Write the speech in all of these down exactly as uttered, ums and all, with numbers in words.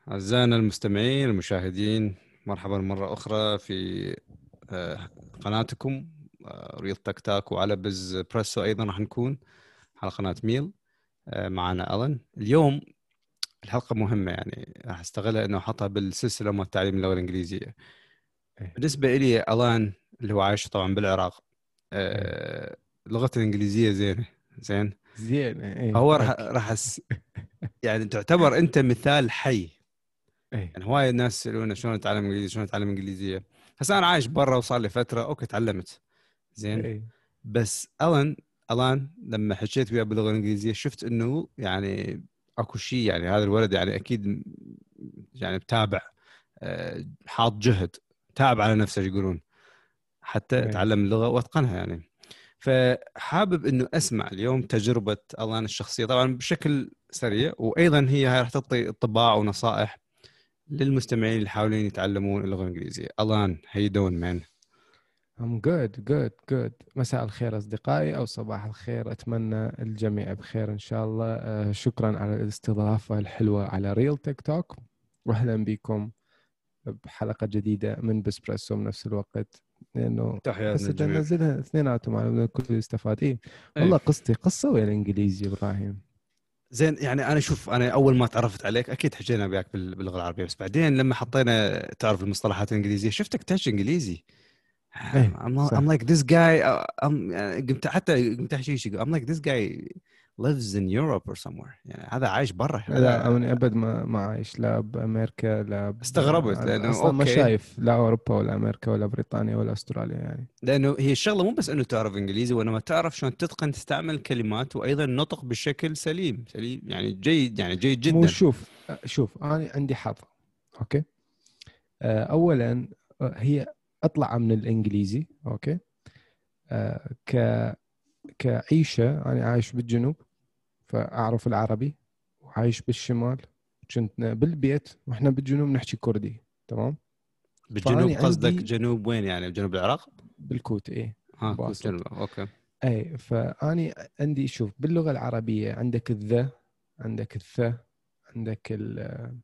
أعزائنا المستمعين المشاهدين، مرحبا مرة أخرى في آه، قناتكم آه، ريل تك تاك وعلى بز بريسو. أيضا راح نكون على قناة ميل. آه، معنا ألان اليوم. الحلقة مهمة، يعني راح استغلها إنه أحطها بالسلسلة مال تعليم اللغة الإنجليزية. ايه بالنسبة إلي ألان اللي هو عايش طبعا بالعراق، ايه آه، لغته الإنجليزية زينة زين. زين ايه فهو راح اوكي. راح أس... يعني تعتبر أنت مثال حي. ايه يعني هواي الناس يسألونا شلون اتعلم انجليزي، شلون اتعلم انجليزيه. هسه انا عايش برا وصار لي فتره، اوكي تعلمت زين. ايه بس الان الان لما حكيت وياه باللغه الانجليزيه شفت انه يعني اكو شيء، يعني هذا الولد يعني اكيد م- يعني بتابع، آه، حاط جهد، تابع على نفسه يقولون، حتى ايه اتعلم اللغه واتقنها يعني. فحابب انه اسمع اليوم تجربه الان الشخصيه طبعا بشكل سريع، وايضا هي هاي راح تعطي انطباع ونصائح للمستمعين اللي حاولين يتعلمون اللغة الإنجليزية. ألان how you doing man؟ I'm good good good. مساء الخير أصدقائي أو صباح الخير، أتمنى الجميع بخير إن شاء الله. آه شكرا على الاستضافة الحلوة على ريل تيك توك، وأهلا بكم بحلقة جديدة من بسبريسو بنفس الوقت، لأنه تحياتنا حسيت أن الجميع. ننزلها اثنيناتهم على الكل يستفاد. إيه ايه والله قصتي قصة ويا الإنجليزي إبراهيم. زين، يعني انا شوف، انا اول ما تعرفت عليك اكيد حكينا وياك بال- باللغه العربيه، بس بعدين لما حطينا تعرف المصطلحات الانجليزيه شفتك تحكي انجليزي. إيه I'm, I'm صح. like this guy. uh, I'm يعني قمت حتى قمت احكي شيء. I'm like this guy lives in Europe or somewhere، يعني هذا عايش برا لا هذا. من أبد ما ما عايش لا بأمريكا لا ب... استغربت أنا لانه أصلا ما اوكي، شايف لا أوروبا ولا أمريكا ولا بريطانيا ولا أستراليا يعني. لانه هي الشغله مو بس انه تعرف انجليزي، وانما تعرف شلون تتقن تستعمل كلمات، وايضا نطق بشكل سليم سليم، يعني جيد، يعني جيد مو جدا. شوف شوف أنا عندي حظ. أوكي. آه، أولا آه، هي أطلع من الإنجليزي. أوكي. آه، ك كعيشة أنا عايش بالجنوب فأعرف العربي، وعايش بالشمال كنت بالبيت وإحنا بالجنوب نحكي كردي. تمام. بالجنوب فأنا قصدك عندي جنوب وين؟ يعني بجنوب العراق؟ بالكوت إيه ها كنت بواسط. جنوب، اوكي. اي فاني عندي شوف باللغه العربيه عندك الذا، عندك الث، عندك ال...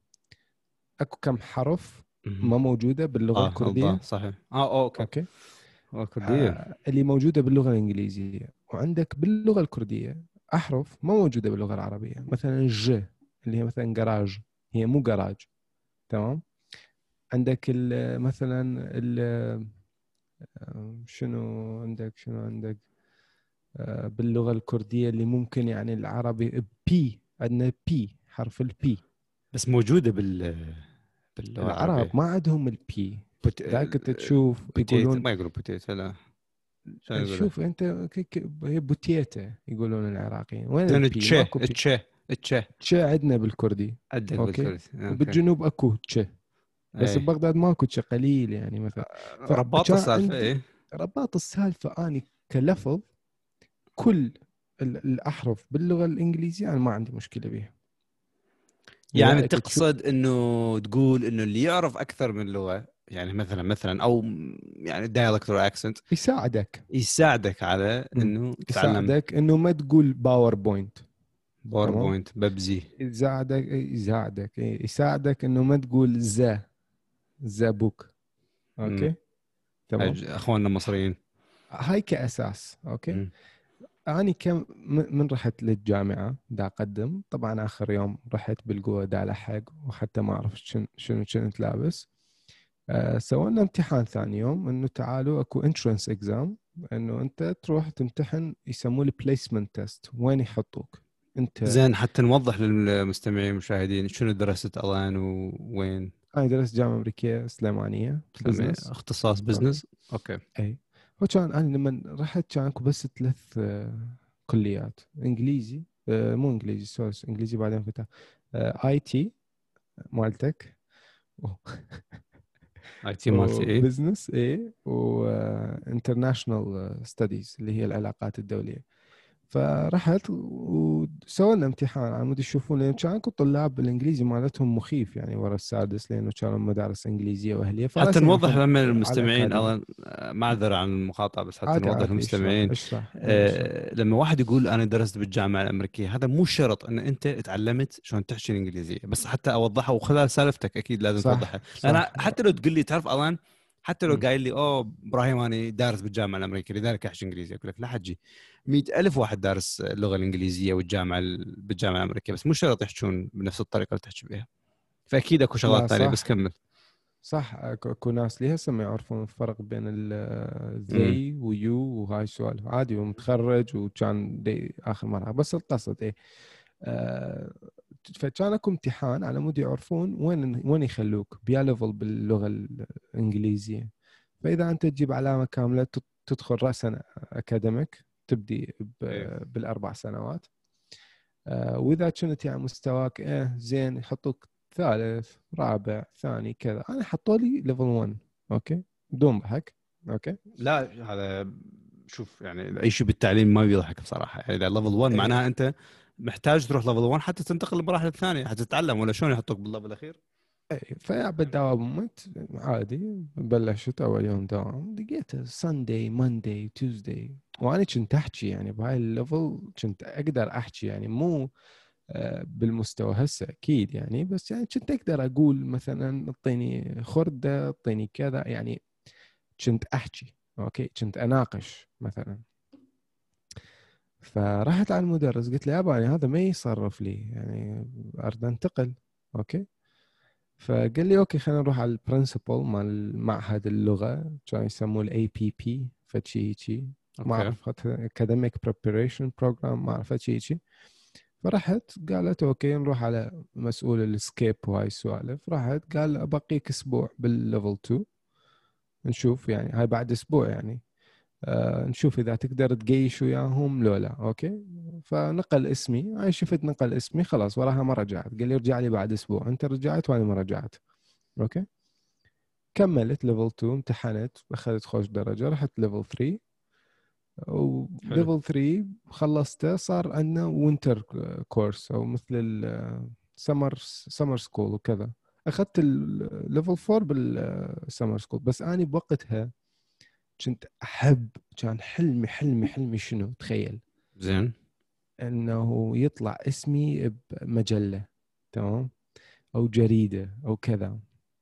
اكو كم حرف مهم. ما موجوده باللغه اه الضاء الكرديه. صحيح، اه اوكي. اوكي. آه، كردية. آه اللي موجوده باللغه الانجليزيه، وعندك باللغه الكرديه احرف ما موجوده باللغه العربيه، مثلا الج اللي هي مثلا جراج، هي مو جراج. تمام. عندك ال مثلا ال شنو عندك شنو عندك آه، باللغة الكردية اللي ممكن يعني العربي بي، عندنا بي حرف البي. بس موجودة بال باللغة العرب العربية. ما عندهم البي. بوت... ذاك انت تشوف بوتيت، يقولون ما يقولون بوتيت، لا. شلون يقولون؟ شوف انت ك- ك- هي بوتيتا يقولون العراقيين، وين يقولون البي؟ تشي ماكو بي. تشي تشي. تشا عندنا بالكردي. عندك اوكي. بالكرد، اوكي. وبالجنوب اكو تشا، بس اي ببغداد ماكو تشا قليل يعني مثلا. رباط فكان السالفة، عندي اي. رباط السالفة اني كلفظ كل ال- الاحرف باللغة الانجليزية انا ما عندي مشكلة بيها. يعني لذلك تشوف تقصد انه تقول انه اللي يعرف اكثر من لغة، يعني مثلا مثلا او يعني dialect or accent، يساعدك. يساعدك على مم. انه تتعلم. يساعدك انه ما تقول باوربوينت. تمام. باوربوينت، ببزي. يساعدك يساعدك إيه، يساعدك انه ما تقول ذا ذا بوك. امم اوكي. تمام. اخواننا المصريين. هاي كاساس. اوكي. امم اني كم م- من رحت للجامعه دا اقدم، طبعا اخر يوم رحت بالقوه دا لحق وحتى ما اعرف شنو شنو كنت لابس. آه سوينا امتحان ثاني يوم انه تعالوا اكو انترنس اكزام، انه انت تروح تمتحن يسموه البليسمنت تيست، وين يحطوك انت. زين، حتى نوضح للمستمعين والمشاهدين شنو درست الان ووين. انا درست جامعه امريكيه سليمانيه سلامي، بزنس. اختصاص اوكي. بزنس. اوكي. اي. وكان انا لما رحت كان اكو بس ثلاث آه، كليات انجليزي، آه، مو انجليزي سوري انجليزي بعدين فتح اي تي مالتك اي تي مالتي، ايه. وبزنس اي وانترناشونال ستاديز اللي هي العلاقات الدوليه. فرحت وسوينا امتحان على مود يشوفون، لان كان الطلاب بالانجليزي مالتهم مخيف يعني ورا السادس، لانه كانوا مدارس انجليزيه واهليه، حتى فراسين نوضح حق لما على المستمعين الاكاديمي. أنا معذرة عن المقاطعة، بس حتى عادي نوضح عادي، اشرح للمستمعين. اشرح اي اشرح. آه، لما واحد يقول أنا درست بالجامعة الأمريكية، هذا مو شرط أن أنت تعلمت شلون تحكي الإنجليزية، بس حتى أوضحها، وخلال سالفتك أكيد لازم توضحها. صح أنا صح. حتى لو تقول لي تعرف ألان، حتى لو م. قايل لي أوه إبراهيم أنا دارس بالجامعة الأمريكية لذلك أحكي إنجليزي، أقول لك لا حجي، مئة ألف واحد دارس اللغة الإنجليزية والجامعة بالجامعة الأمريكية، بس مو شرط يحجون بنفس الطريقة اللي تحكي بها. فأكيد أكو لا شغلات ثانية، بس صح كمل. صح. اكو ناس لي هسه ما يعرفون الفرق بين ال امم they ويو وهاي السوالف، عادي ومتخرج وكان دي اخر مره. بس القصد ايه، آه فكان اكو امتحان على مود يعرفون وين وين يخلوك بيا ليفل باللغه الانجليزيه. فاذا انت تجيب علامه كامله تدخل راسا اكاديميك، تبدي ايوه بالاربع سنوات. آه واذا كنت يعني مستواك ايه زين يحطوك ثالث رابع ثاني كذا. انا حطوا لي ليفل واحد، اوكي، بدون ضحك. اوكي لا هذا شوف يعني اي شيء بالتعليم ما بيضحك بصراحه، يعني اذا ليفل واحد ايه. معناها انت محتاج تروح ليفل واحد حتى تنتقل للمراحل الثانيه حتى تتعلم، ولا شلون يحطوك بالليفل الاخير؟ ايه فيا بالدوام مت عادي. بلشت اول يوم دوام لقيته ساندي ماندي توزداي، وانا كنت احكي يعني بهاي الليفل، كنت اقدر احكي يعني مو آه، بالمستوى هسه اكيد يعني، بس يعني كنت اقدر اقول مثلا اعطيني خرده اعطيني كذا يعني. كنت احكي اوكي، كنت اناقش مثلا. فرحت على المدرس قلت له يابا يعني هذا ما يصرف لي يعني، اريد انتقل. اوكي. فقال لي اوكي خلينا نروح على البرنسبل مال معهد اللغه، كان يسموه الاي بي بي فشي هيجي، ما اوكي اعرف اكاديميك بريبريشن بروجرام، ما اعرف فشي هيجي. فرحت قالت اوكي نروح على مسؤول السكيب وهاي السوالف. رحت قال ابقيك اسبوع بالليفل اثنين، نشوف يعني هاي بعد اسبوع يعني، آه نشوف اذا تقدر تقيش وياهم لو لا. اوكي. فنقل اسمي، انا شفت نقل اسمي خلاص وراها ما رجعت. قال لي ارجع لي بعد اسبوع، انت رجعت وانا ما رجعت. اوكي. كملت ليفل اثنين، امتحنت اخذت خوش درجه، رحت ليفل ثلاثة. حلو. وليفل ثلاثة خلصته، صار عندنا وينتر كورس او مثل السمر سمر سكول وكذا. اخذت الليفل أربعة بالسمر سكول. بس اني بوقتها كنت احب، كان حلمي حلمي حلمي شنو تخيل؟ زين. انه يطلع اسمي بمجله، تمام، او جريده او كذا.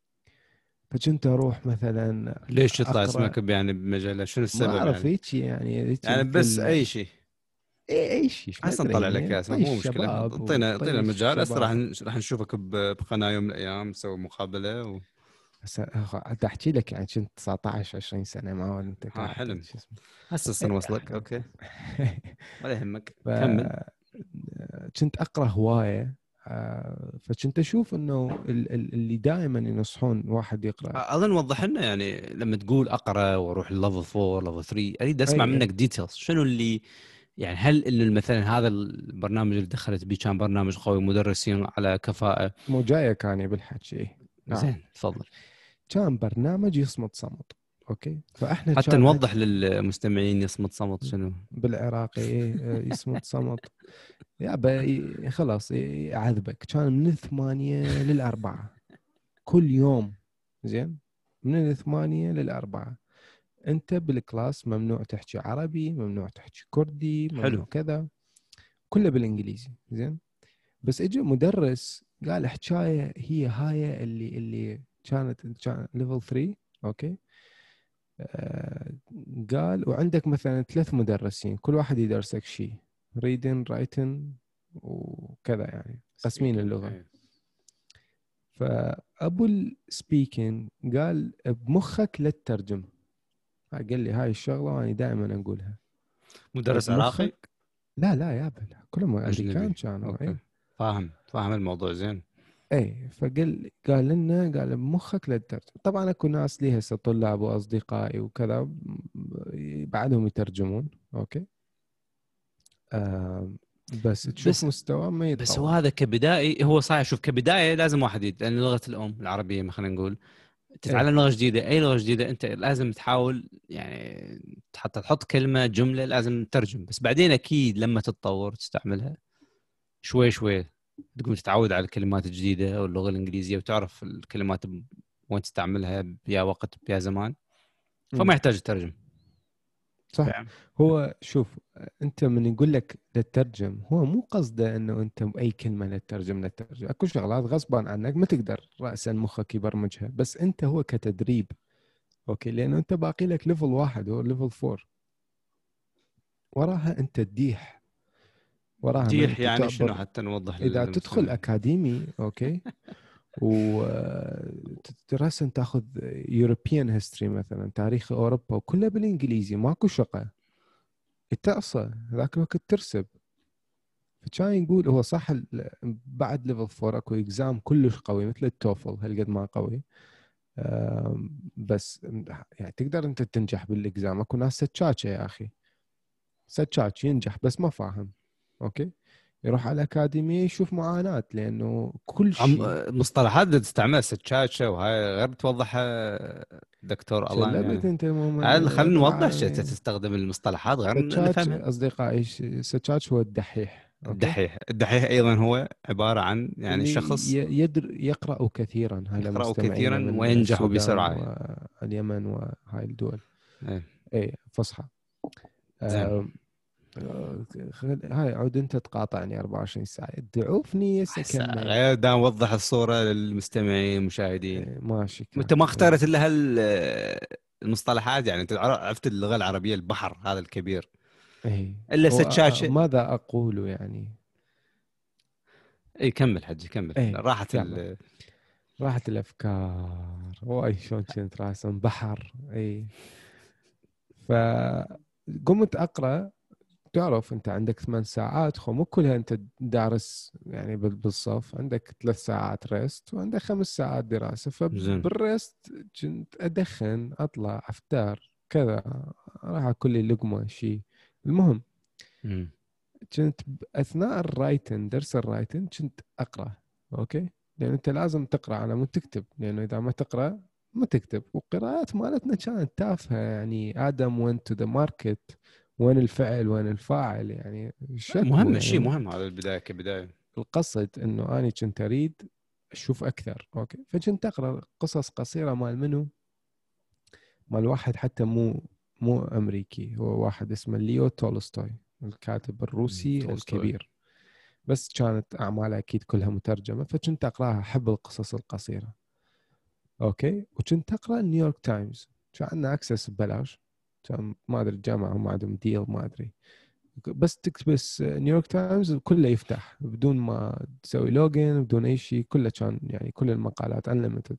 فكنت اروح مثلا ليش يطلع اقرا، اسمك يعني بمجله؟ شنو ما السبب اعرف يعني؟ هيك يعني هيك يعني مثل بس اي شيء. اي اي شيء ما احسن نطلع لك ادري، يا اسمك، طيش مو مشكله، شباب اعطينا اعطينا وطيش مجال هسه، راح شباب. ن- راح نشوفك ب- بقناه يوم من الايام نسوي مقابله و... بس أخ- احكي لك يعني كنت تسعة عشر عشرين سنه مع انت ها قاعد حلم. شو اسمه. هسه السنه إيه، وصلك اوكي، ولا يهمك ف كمل. كنت اقرا هوايه. آه، فكنت اشوف انه ال- ال- اللي دائما ينصحون واحد يقرا. اظن وضح لنا يعني لما تقول اقرا واروح الليفل أربعة ليفل ثلاثة، اريد اي اسمع منك اي. ديتيلز شنو اللي يعني، هل انه مثلا هذا البرنامج اللي دخلت به كان برنامج قوي، مدرسين على كفاءة؟ مو جايه كان بالحكي إيه. نعم. زين تفضل. كان برنامج يصمت صمت. اوكي. فاحنا حتى كان نوضح عندنا للمستمعين يصمت صمت شنو. بالعراقي إيه، آه، يصمت صمت. يابا ي- خلاص ي- يعذبك. كان من الثمانية للأربعة كل يوم. زين. من الثمانية للأربعة أنت بالكلاس ممنوع تحكي عربي، ممنوع تحكي كردي، حلو. ممنوع كذا، كله بالإنجليزي. زين. بس اجى مدرس قال حكاية هي هاي اللي اللي كانت كان ليفل ثلاثة. أوكي. آه قال وعندك مثلا ثلاث مدرسين كل واحد يدرسك شيء، ريدن رايتن وكذا يعني قسمين سبيكينج اللغة. ايه. فأبو السبيكين قال بمخك لا تترجم. قال لي هاي الشغلة وأنا دائما أقولها. مدرس عراقي؟ بمخك. لا لا يا بل كلهم أمريكان اجنبي. كانوا اوكي إيه. فاهم فاهم الموضوع زين. إيه فقال قال لنا قال بمخك لا تترجم. طبعا أكو ناس لي هسه طلاب وأصدقائي وكذا بعدهم يترجمون. أوكي. آه بس تشوف بس مستوى ما بس هو يتطور. هذا كبدائي، هو صحيح شوف كبدايه لازم واحد يد... لان لغه الام العربيه ما خلينا نقول تتعلم لغه جديده، اي لغه جديده انت لازم تحاول يعني حتى تحط كلمه جمله لازم تترجم، بس بعدين اكيد لما تتطور تستعملها شوي شوي تقوم تتعود على الكلمات الجديده واللغه الانجليزيه وتعرف الكلمات وين تستعملها بيا وقت بيا زمان، فما يحتاج تترجم. صح. فهم؟ هو شوف، انت من يقول لك للترجم هو مو قصده انه انت باي كلمه للترجم للترجم، اكو شغلات غصبا عنك ما تقدر راسا مخك يبرمجها، بس انت هو كتدريب. اوكي، لانه انت باقي لك ليفل واحد هو ليفل فور، وراها انت تديح، وراها من ديح انت يعني شنو تعبر. حتى نوضح اذا تدخل للمستمعين؟ اكاديمي اوكي وترسم تاخذ يوروبيان هيستوري مثلا تاريخ اوروبا وكله بالانجليزي ماكو شقه، التأصى ذاك الوقت ترسب. فكان يقول هو صح ال- بعد ليفل فور اكو اكزام كلش قوي مثل التوفل هالقد ما قوي، آم، بس يعني تقدر انت تنجح بالاكزام. اكو ناس سكاكه يا اخي، سكاك ينجح بس ما فاهم. اوكي، يروح على الأكاديمية يشوف معاناة لأنه كل عم شيء. مصطلحات بدها تستعملها ستشاتشة وهاي غير توضحها دكتور الله شلبت يعني. أنت المهم هذا خلينا نوضح شيء بالعربي. تستخدم المصطلحات غير سكاك نفهمها. أصدقائي، سكاك هو الدحيح. أوكي، الدحيح، الدحيح ايضا هو عبارة عن يعني اللي شخص ي- يدر يقرأ كثيرا. هلا يقرأ مستمعينا كثيرا من وينجح السودان بسرعة. واليمن وهاي الدول. ايه. اي فصحى. زين. آه، آه، خل- هاي عود انت تقاطعني أربعة وعشرين ساعة تدعوفني هسه هسه كمل. غير دا نوضح الصورة للمستمعين المشاهدين. إيه، ماشي انت كان ما إيه. اخترت الا هال المصطلحات، يعني انت عرفت اللغة العربية البحر هذا الكبير إيه. الا هو آه، ستشاتشة. ماذا أقول يعني. اي كمل حجي كمل إيه راحت يلا، ال... راحت الأفكار. واي شلون كنت راسم بحر. إيه، فقمت أقرأ. تعرف أنت عندك ثمان ساعات، خو مو كلها أنت دارس يعني بال- بالصف، عندك ثلاث ساعات ريست وعندك خمس ساعات دراسة. زين. فبالريست كنت أدخن أطلع أفتر كذا، راح أكل لي لقمة شيء. المهم مم. كنت ب- اثناء الرايتن درس الرايتن كنت اقرا. اوكي، لان انت لازم تقرا على مود تكتب، لانه اذا ما تقرا ما تكتب. والقراءات مالتنا كانت تافهه يعني ادم وين تو ذا ماركت، وين الفعل وين الفاعل، يعني شكو مهم، شيء يعني. مهم هذا البداية كبداية. القصد انه اني كنت اريد اشوف اكثر. اوكي، فكنت اقرا قصص قصيره مال منو، مال واحد حتى مو مو امريكي، هو واحد اسمه ليو تولستوي، الكاتب مم. الروسي تولستوي. الكبير. بس كانت أعمالها أكيد كلها مترجمة، فكنت أقرأها. أحب القصص القصيرة. أوكي، وكنت أقرأ نيويورك تايمز، كان عندنا أكسس ببلاش. كان ما أدري الجامعة هم عندهم ديل ما أدري، بس تكتب بس نيويورك تايمز كله يفتح بدون ما تسوي لوجين بدون أي شيء، كله كان يعني كل المقالات unlimited.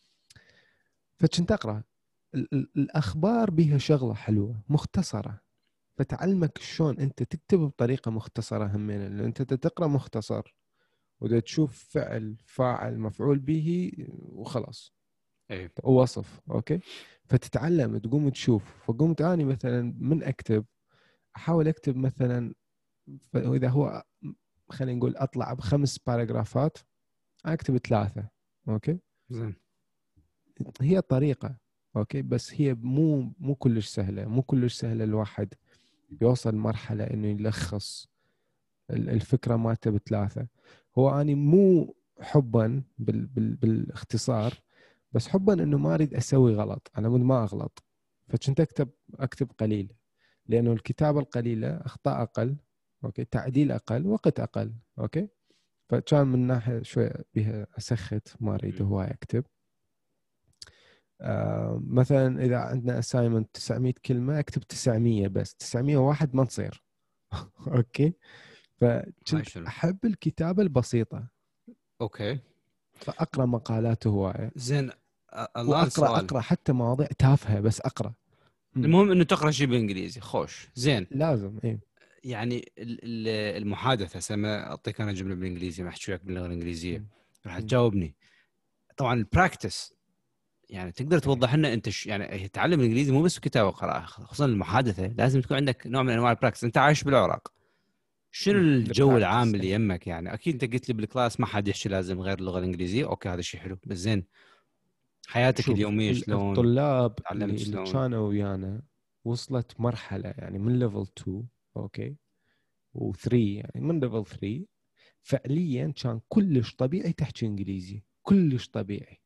فكنت أقرأ ال- ال- الأخبار بها شغلة حلوة مختصرة، فتعلمك شلون أنت تكتب بطريقة مختصرة همين، لأن أنت تقرأ مختصر وده تشوف فعل فاعل مفعول به وخلاص ايه. ووصف. اوكي، فتتعلم تقوم تشوف. فقمت اني مثلا من اكتب احاول اكتب مثلا، واذا هو خلينا نقول اطلع بخمس باراجرافات اكتب ثلاثه. اوكي، زين. هي طريقه. اوكي، بس هي مو مو كلش سهله، مو كلش سهله الواحد يوصل مرحله انه يلخص الفكره مالته بثلاثه. هو اني مو حبا بال بال بالاختصار، بس حبا انه ما اريد اسوي غلط على مود ما اغلط. فكنت اكتب اكتب قليل، لانه الكتابه القليله اخطاء اقل. اوكي، تعديل اقل، وقت اقل. اوكي، فكان من ناحيه شوي بها اسخت، ما اريد هواي اكتب. آه مثلا اذا عندنا اسايمنت تسعمية كلمه اكتب تسعمية بس، تسعمية وواحد ما تصير. اوكي، هاي فكنت شنو؟ احب الكتابه البسيطه، اوكي. فاقرا مقالات هوايه، زين. أ- الان واقرا سؤال. اقرا حتى مواضيع تافهه بس اقرا. مم. المهم انه تقرا شيء بالانجليزي خوش. زين. لازم ايه. يعني ال- ال- المحادثه سما اعطيك انا جمله بالانجليزي ما احكي وياك باللغه الانجليزيه مم. راح مم. تجاوبني. طبعا البراكتس يعني تقدر ايه. توضح لنا انت ش... يعني تعلم الانجليزي مو بس كتابه وقراءه، خصوصا المحادثه لازم تكون عندك نوع من انواع البراكتس. انت عايش بالعراق، شنو مم. الجو العام البراكتس اللي ايه. يمك؟ يعني اكيد انت قلت لي بالكلاس ما حد يحكي لازم غير اللغه الانجليزيه، اوكي هذا شيء حلو، بس زين حياتك شوف اليوميه ال- شلون الطلاب تعلمت اللي اللي شلون؟ كانوا ويانا وصلت مرحلة يعني من ليفل تو، اوكي، و3، يعني من ليفل ثري فعليا كان كلش طبيعي تحكي انجليزي، كلش طبيعي.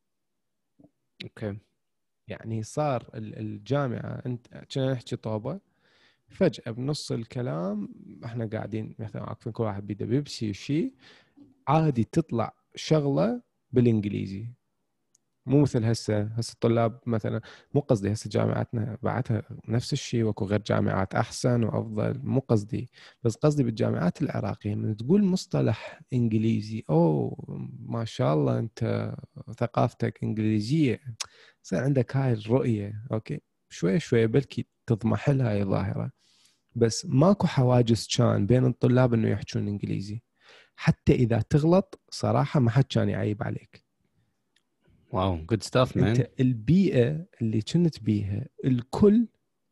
اوكي. يعني صار ال- الجامعة انت كنا نحكي طوبة، فجأة بنص الكلام احنا قاعدين مثلا واقفين كل واحد بيده بيبسي شيء عادي تطلع شغلة بالانجليزي. مو مثل هسه هسه الطلاب مثلا، مو قصدي هسه جامعاتنا بعدها نفس الشيء وكو غير جامعات احسن وافضل، مو قصدي، بس قصدي بالجامعات العراقيه من تقول مصطلح انجليزي او ما شاء الله انت ثقافتك انجليزيه، يصير عندك هاي الرؤيه. اوكي، شوي شوي بلكي تضمح لها هاي الظاهره، بس ماكو حواجز كان بين الطلاب انه يحجون انجليزي. حتى اذا تغلط صراحه ما حد كان يعيب عليك. واو جود ستاف مان. انت البيئه اللي كنت بيها الكل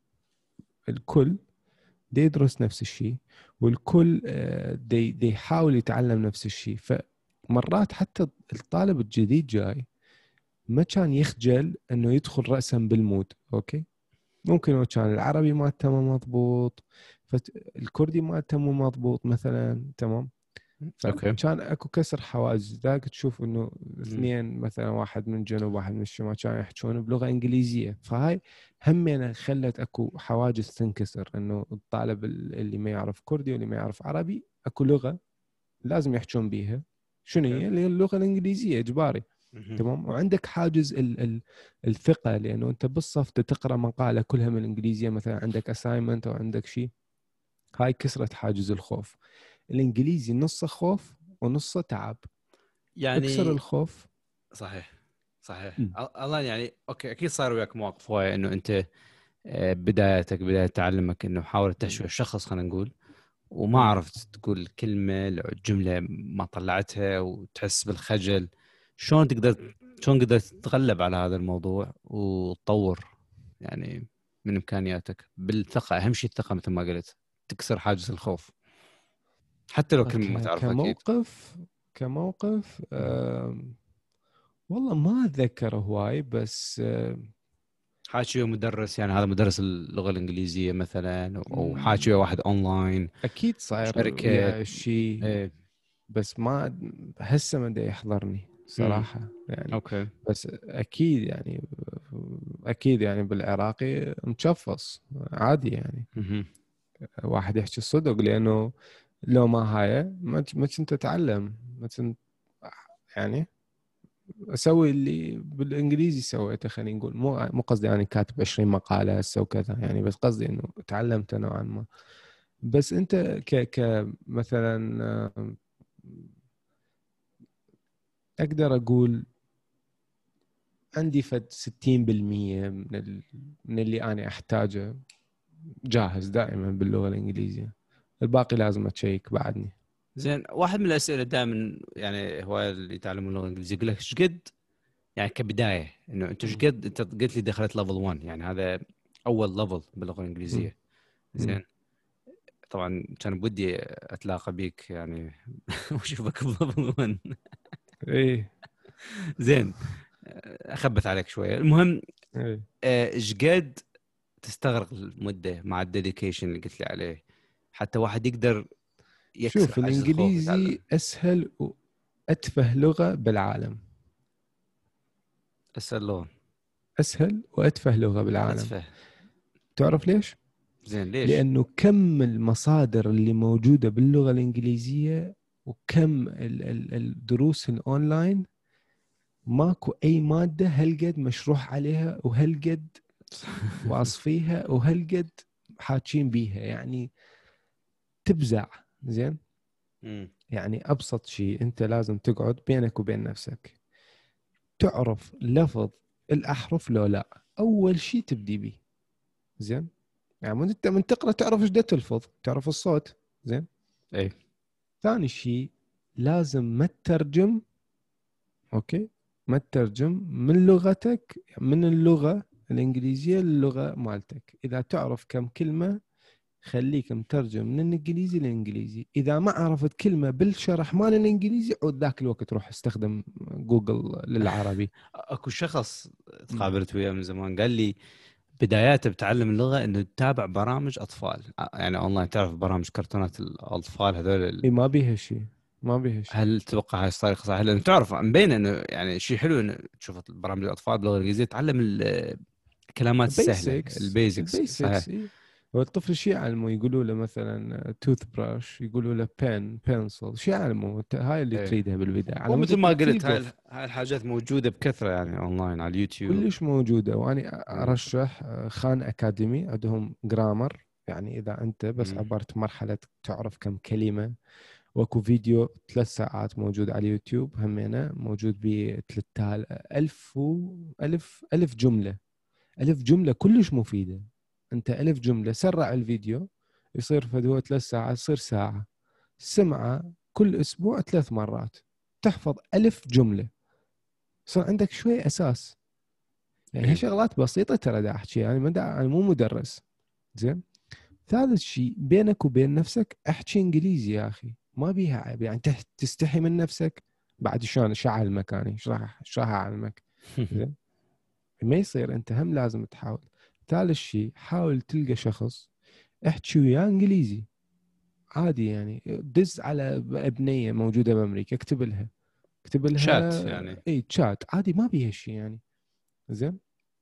الكل دي يدرس نفس الشيء، والكل آه، دي دي يحاول يتعلم نفس الشيء. فمرات حتى الطالب الجديد جاي ما كان يخجل انه يدخل رأسا بالمود. اوكي، ممكن هو كان العربي مالته مو مضبوط، فالكردي مالته مو مضبوط مثلا، تمام، اوكي. فكان اكو كسر حواجز. ذاك تشوف انه مم. اثنين مثلا، واحد من الجنوب واحد من الشمال، كانوا يحكون بلغه انجليزيه، فهاي همينه خلت اكو حواجز تنكسر، انه الطالب اللي ما يعرف كردي واللي ما يعرف عربي اكو لغه لازم يحكون بيها، شنو اوكي. هي؟ اللي هي اللغه الانجليزيه اجباري. مهم. تمام، وعندك حاجز ال ال الثقه، لانه انت بالصف تقرا مقاله كلها من الانجليزيه، مثلا عندك اساينمنت او عندك شيء، هاي كسرت حاجز الخوف. الانجليزي نصه خوف ونصه تعب، اكسر يعني الخوف. صحيح صحيح. م. الله يعني اوكي اكيد صار وياك مواقف هوايه انه انت آه، بدايتك بدايه تعلمك انه حاولت م. تحشو الشخص خلينا نقول وما م. عرفت تقول كلمه لو جمله ما طلعتها وتحس بالخجل. شلون تقدر شلون قدرت تتغلب على هذا الموضوع وتطور يعني من امكانياتك بالثقه؟ اهم شيء الثقه مثل ما قلت، تكسر حاجز الخوف حتى لو كلمه ما ك- تعرفها اكيد. كموقف كموقف أه والله ما اتذكر هواي، بس أه حاكي ويا مدرس يعني هذا مدرس اللغة الإنجليزية مثلا، أو حاكي ويا م، واحد أونلاين اكيد صاير شركة. ويا شيء، إيه. بس ما هسه ما دا يحضرني امم. صراحة يعني. أوكي. بس اكيد يعني، اكيد يعني بالعراقي مشفص عادي يعني، مهم. واحد يحكي الصدق، لانه لو ما هاي ما ما كنت اتعلم، ما كنت يعني اسوي اللي بالانجليزي سويته. خلينا نقول مو مو قصدي يعني كاتب عشرين مقاله هسه وكذا يعني، بس قصدي انه تعلمت نوعا ما. بس انت ك ك مثلا آه، اقدر اقول عندي فد ستين بالمية من ال... من اللي انا احتاجه جاهز دائما باللغه الانجليزيه، الباقي لازم اتشيك بعدني. زين، واحد من الأسئلة دائما يعني هو اللي يتعلمون اللغة الإنجليزية يقول لك ايش قد يعني كبداية انه انت ايش م- قد انت قلت لي دخلت ليفل واحد يعني هذا اول ليفل باللغة م- الإنجليزية. م. زين. طبعا كان بودي اتلاقى بيك يعني واشوفك بليفل واحد. ايه زين. اخبث عليك شوية. المهم ايه آه، ايش قد تستغرق المدة مع الديديكيشن اللي قلت لي عليه حتى واحد يقدر يكسر شوف حاجز الخوف ويتعلم؟ الانجليزي اسهل واتفه لغه بالعالم، اسأل لون. اسهل واتفه لغه بالعالم. اتفه. تعرف ليش؟ زين ليش؟ لانه كم المصادر اللي موجوده باللغه الانجليزيه، وكم ال- ال- الدروس الاونلاين، ماكو اي ماده هالقد مشروح عليها وهالقد واصفيها وهالقد حاكين بيها يعني، تبزع. زين، امم. يعني ابسط شيء انت لازم تقعد بينك وبين نفسك تعرف لفظ الاحرف لو لا، اول شيء تبدي به. زين، يعني من انت من تقرا تعرف ايش دا تلفظ، تعرف الصوت. زين، اي. ثاني شيء لازم ما تترجم. اوكي، ما تترجم من لغتك من اللغه الانجليزيه للغه مالتك. اذا تعرف كم كلمه خليك مترجم من الانجليزي للانجليزي. اذا ما عرفت كلمه بالشرح مال الانجليزي عود ذاك الوقت روح استخدم جوجل للعربي. اكو شخص م. تقابلت وياه من زمان قال لي بداياته بتعلم اللغه انه تتابع برامج اطفال، يعني اونلاين، تعرف برامج كرتونات الاطفال هذول ال- اي ما بيها شيء، ما بيها شيء. هل تتوقع هاي الطريقه صحيحه؟ لانه تعرف مبين انه يعني شيء حلو انه تشوف برامج الاطفال باللغه الانجليزيه، تعلم ال- الكلمات السهله، البيسكس، البيزكس. صحيح. البيسكس اي. هو الطفل شو يعلموا؟ يقولوا له مثلا توث براش، يقولوا له بين بنسل، شو يعلموا؟ هاي اللي ايه، تريدها بالبدايه على ومثل مود ما قلت هاي تلقف. ال- هاي الحاجات موجوده بكثره يعني اونلاين على اليوتيوب. كلش موجوده. وانا ايه. ارشح خان اكاديمي، عندهم جرامر. يعني اذا انت بس مم. عبرت مرحله تعرف كم كلمه، واكو فيديو ثلاث ساعات موجود على اليوتيوب همينه، موجود ب ثلاثة آلاف ألف و ألف ألف جمله. ألف جمله كلش مفيده. انت ألف جمله سرع الفيديو، يصير فدوه ثلاث ساعات يصير ساعه. سمعه كل اسبوع ثلاث مرات، تحفظ ألف جمله. صار عندك شوي اساس. يعني هي ايه. شغلات بسيطه ترى دا احكي، يعني ما دا انا مو مدرس. زين. ثالث شيء بينك وبين نفسك احكي انجليزي يا اخي، ما بيها عيب. يعني تح- تستحي من نفسك بعد شلون شو اعلمك انا؟ ايش راح ايش راح اعلمك؟ زين. ما يصير، انت هم لازم تحاول. ثالث شيء حاول تلقى شخص احكي وياه انجليزي عادي. يعني دز على ابنيه موجوده بامريكا، اكتب لها اكتب شات لها يعني. اي تشات عادي، ما بيها شيء يعني. زين.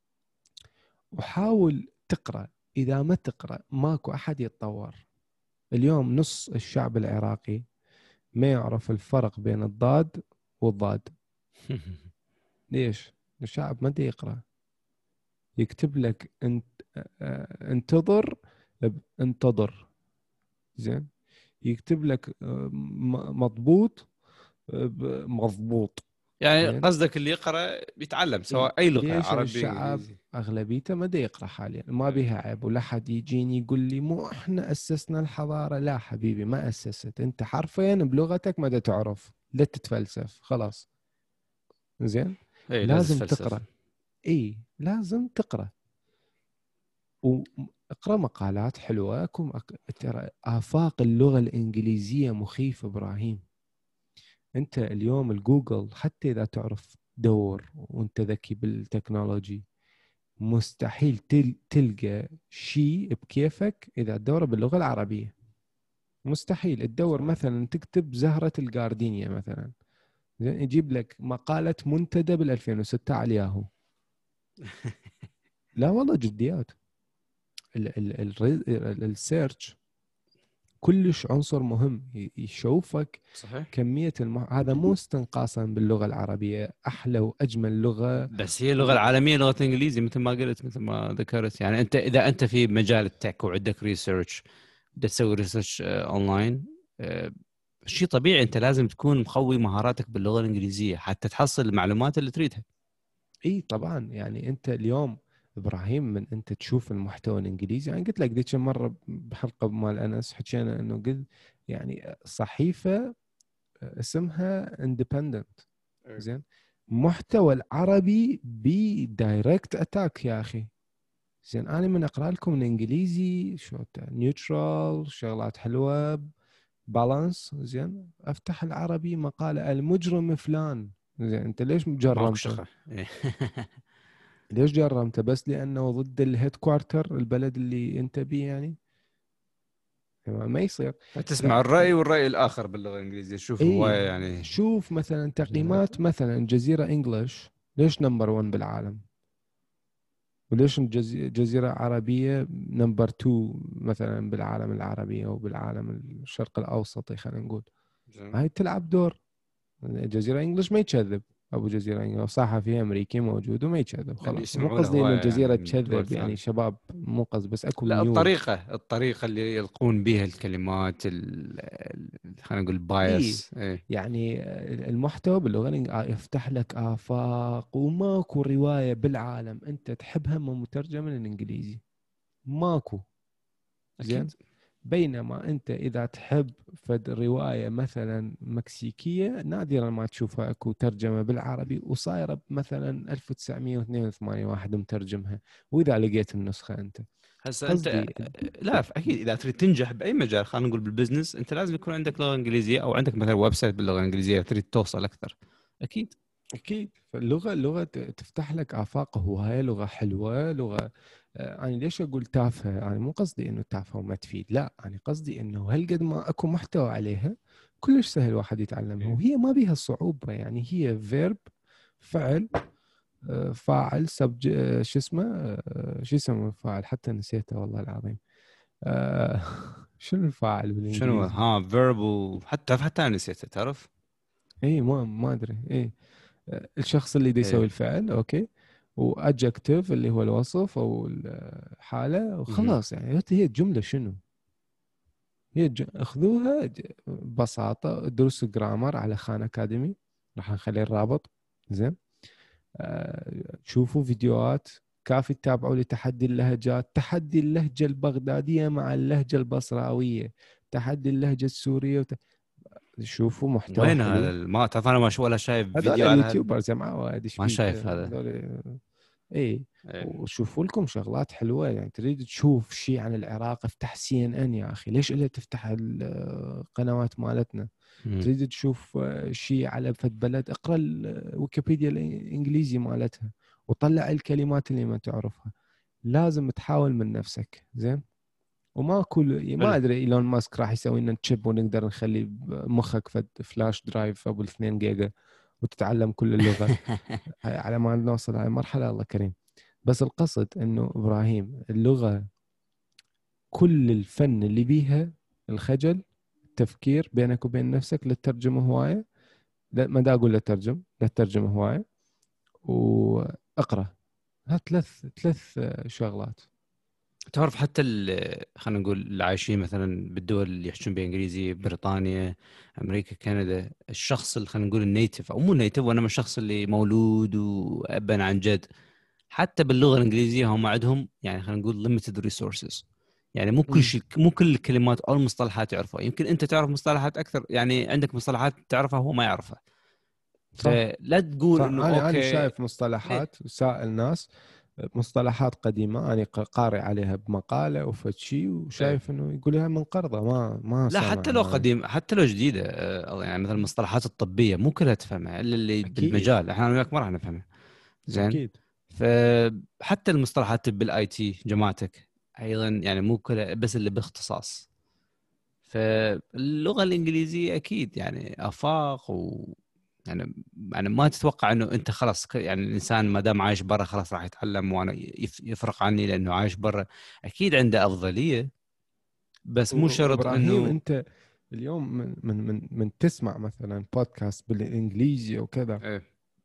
وحاول تقرا. اذا ما تقرا ماكو احد يتطور. اليوم نص الشعب العراقي ما يعرف الفرق بين الضاد والضاد. ليش؟ الشعب ما دي يقرأ. يكتب لك انت آه، انتظر ب- انتظر. زين. يكتب لك آه، م- مضبوط ب- مضبوط. يعني زين. قصدك اللي يقرأ بيتعلم اي سواء اي لغة، ليش عربي الشعب انجليزي. اغلبيته ما دي يقرأ حاليا؟ ما إيه. بيها عيب. ولا حد يجيني يقول لي مو احنا اسسنا الحضارة. لا حبيبي، ما اسست. انت حرفيا بلغتك ما دا تعرف، لا تتفلسف خلاص. زين. ايه لازم لازم تفلسف. تقرأ. اي لازم تقرأ. واقرأ مقالات حلوة. كم أق... ترى آفاق اللغة الإنجليزية مخيفة إبراهيم. أنت اليوم الجوجل حتى إذا تعرف دور وأنت ذكي بالتكنولوجي، مستحيل تل... تلقى شيء بكيفك إذا تدور باللغة العربية. مستحيل تدور صحيح. مثلا تكتب زهرة الجاردينيا مثلا، زين، يجيب لك مقالة منتدى بال ألفين وستة على الياهو. لا والله جديات. ال ال ال السيرش كلش عنصر مهم. ي- يشوفك صحيح. كمية المح... هذا مو استنقاصا باللغة العربية، أحلى وأجمل لغة. بس هي اللغة و... العالمية لغة الانجليزي مثل ما قلت، مثل ما ذكرت. يعني انت اذا انت في مجال التك وعندك ريسيرش، بدك تسوي ريسيرش اونلاين، شيء طبيعي انت لازم تكون مقوي مهاراتك باللغة الانجليزية حتى تحصل المعلومات اللي تريدها. إي طبعا. يعني أنت اليوم إبراهيم، من أنت تشوف المحتوى الإنجليزي، يعني قلت لك ذيك مرة بحلقة مال أنس حكينا إنه قل يعني صحيفة اسمها Independent. إيه. زين. محتوى العربي بدايركت أتاك يا أخي. زين. انا من اقرا لكم الانجليزي شو نيوترال، شغلات حلوه، بالانس. زين. افتح العربي مقاله المجرم فلان. زين. انت ليش ماكو جرمته؟ شغل. إيه. ليش جرمته؟ بس لانه ضد الهيد كوارتر البلد اللي انت بيه يعني؟ ما يصير. فتسمع لا. الرأي والرأي الآخر باللغة الإنجليزية، شوف اي هواية يعني. شوف مثلا جهات. تقييمات مثلا جزيره انجلش ليش نمبر واحد بالعالم؟ وليش الجزي- جزيرة عربية نمبر تو مثلا بالعالم العربي أو بالعالم الشرق الأوسطي خلينا نقول؟ زين. هاي تلعب دور. جزيرة إنجلش ما يكذب. أبو جزيرة إنجلش صحفي أمريكي موجود وما يكذب اللي خلاص. مو يسمعوا له قصدي إنه هواية يعني الجزيرة من دول تكذب يعني ثانية. شباب، مو قصدي، بس أكو لا، ميول. الطريقة الطريقة اللي يلقون بها الكلمات ال- ال- خلينا نقول إيه. بايس. إيه. يعني المحتوى باللغة الإنجليزية يفتح لك آفاق. وماكو رواية بالعالم أنت تحبها من مترجمة للإنجليزي. ماكو. زين. أكيد. بينما أنت إذا تحب فد رواية مثلا مكسيكية نادرا ما تشوفها أكو ترجمة بالعربي، وصايرة مثلا ألف وتسعمية واثنين وثمانين واحد مترجمها، وإذا لقيت النسخة أنت. هسه انت قصدي لا اكيد اذا تريد تنجح باي مجال، خلينا نقول بالبزنس، انت لازم يكون عندك لغه انجليزيه او عندك مثلا ويب سايت باللغه الانجليزيه تريد توصل اكثر. اكيد اكيد. فاللغه اللغه ت- تفتح لك افاق هوايه، لغه حلوه، لغه آه، انا ليش اقول تافهه؟ انا مو قصدي انه تافهه وما تفيد، لا، انا قصدي انه هالقد ما اكو محتوى عليها كلش سهل واحد يتعلمها، وهي ما بيها صعوبه. يعني هي فيرب، فعل، آه، فاعل، سبج آه، شو اسمه، آه، شو اسمه الفاعل؟ حتى نسيته والله العظيم. آه، شنو الفاعل شنو بالانجليزي؟ ها فيرب، وحتى حتى انا نسيته تعرف. اي ما ما ادري. اي الشخص اللي دي يسوي ايه. الفعل، اوكي، وادجكتيف اللي هو الوصف او الحاله، مهم. وخلاص. يعني هي الجمله شنو؟ هي الج... اخذوها ج- ببساطه، دروس جرامر على خان اكاديمي، راح نخلي الرابط. زين. آه شوفوا فيديوهات، كافي تتابعوا لتحدي اللهجات، تحدي اللهجه البغداديه مع اللهجه البصراويه، تحدي اللهجه السوريه وت... شوفوا محتوى وين هذا حلو. ال- ما تعرف انا ما شو ولا شايف هذول فيديو على هذا. اليوتيوبرز يا معود، ايش ما فيك شايف هذا. هذول؟ اي. ايه. وشوفوا لكم شغلات حلوه. يعني تريد تشوف شيء عن العراق، افتح سي ان ان يا اخي، ليش الا تفتح القنوات مالتنا؟ مم. تريد تشوف آه، شيء على فد بلد، اقرا الويكيبيديا الانجليزي مالتها وطلع الكلمات اللي ما تعرفها. لازم تحاول من نفسك. زين. وما كل حلو. ما ادري ايلون ماسك راح يسوي لنا تشيب ونقدر نخلي مخك فد فلاش درايف ابو اثنين جيجا وتتعلم كل اللغه. على ما نوصل هاي المرحله الله كريم. بس القصد انه ابراهيم، اللغه كل الفن اللي بيها الخجل، التفكير بينك وبين نفسك، للترجمه هوايه. لا، ما دا اقول لا ترجم، لا ترجمه هوايه، واقرا. ها ثلاث ثلاث شغلات. تعرف حتى ال- خلينا نقول اللي عايشين مثلا بالدول اللي يحكون بانجليزي، بريطانيا، امريكا، كندا، الشخص اللي خلينا نقول النيتف او مو نيتف، وانما الشخص اللي مولود وابا عن جد، حتى باللغه الانجليزيه هم عندهم يعني خلينا نقول limited resources. يعني مو كل امم شيء، مو كل الكلمات او المصطلحات يعرفها. يمكن انت تعرف مصطلحات اكثر، يعني عندك مصطلحات تعرفها هو ما يعرفها. صح. فلا تقول صح. انه انا انا اوكي. شايف ايه. مصطلحات سائل ناس، مصطلحات قديمه، انا ق- قارئ عليها بمقاله وفد شيء، ايه. وشايف انه يقولها من قرضه، ما ما لا حتى لو سامعها انا. قديم، حتى لو جديده، آه، يعني مثلا المصطلحات الطبيه مو كلها تفهمها الا اللي اكيد. بالمجال، احنا وياك ما راح نفهمها. زين. اكيد. فحتى المصطلحات بالاي تي جماعتك ايضا يعني مو كلها بس اللي باختصاص. فاللغه الانجليزيه اكيد يعني افاق و يعني يعني ما تتوقع انه انت خلاص ك- يعني الانسان ما دام عايش برا خلاص راح يتعلم وانا يف- يفرق عني لانه عايش برا. اكيد عنده افضليه، بس مو و- شرط وابراهيم، انه. انت اليوم من من من, من تسمع مثلا بودكاست بالانجليزي وكذا، ايه.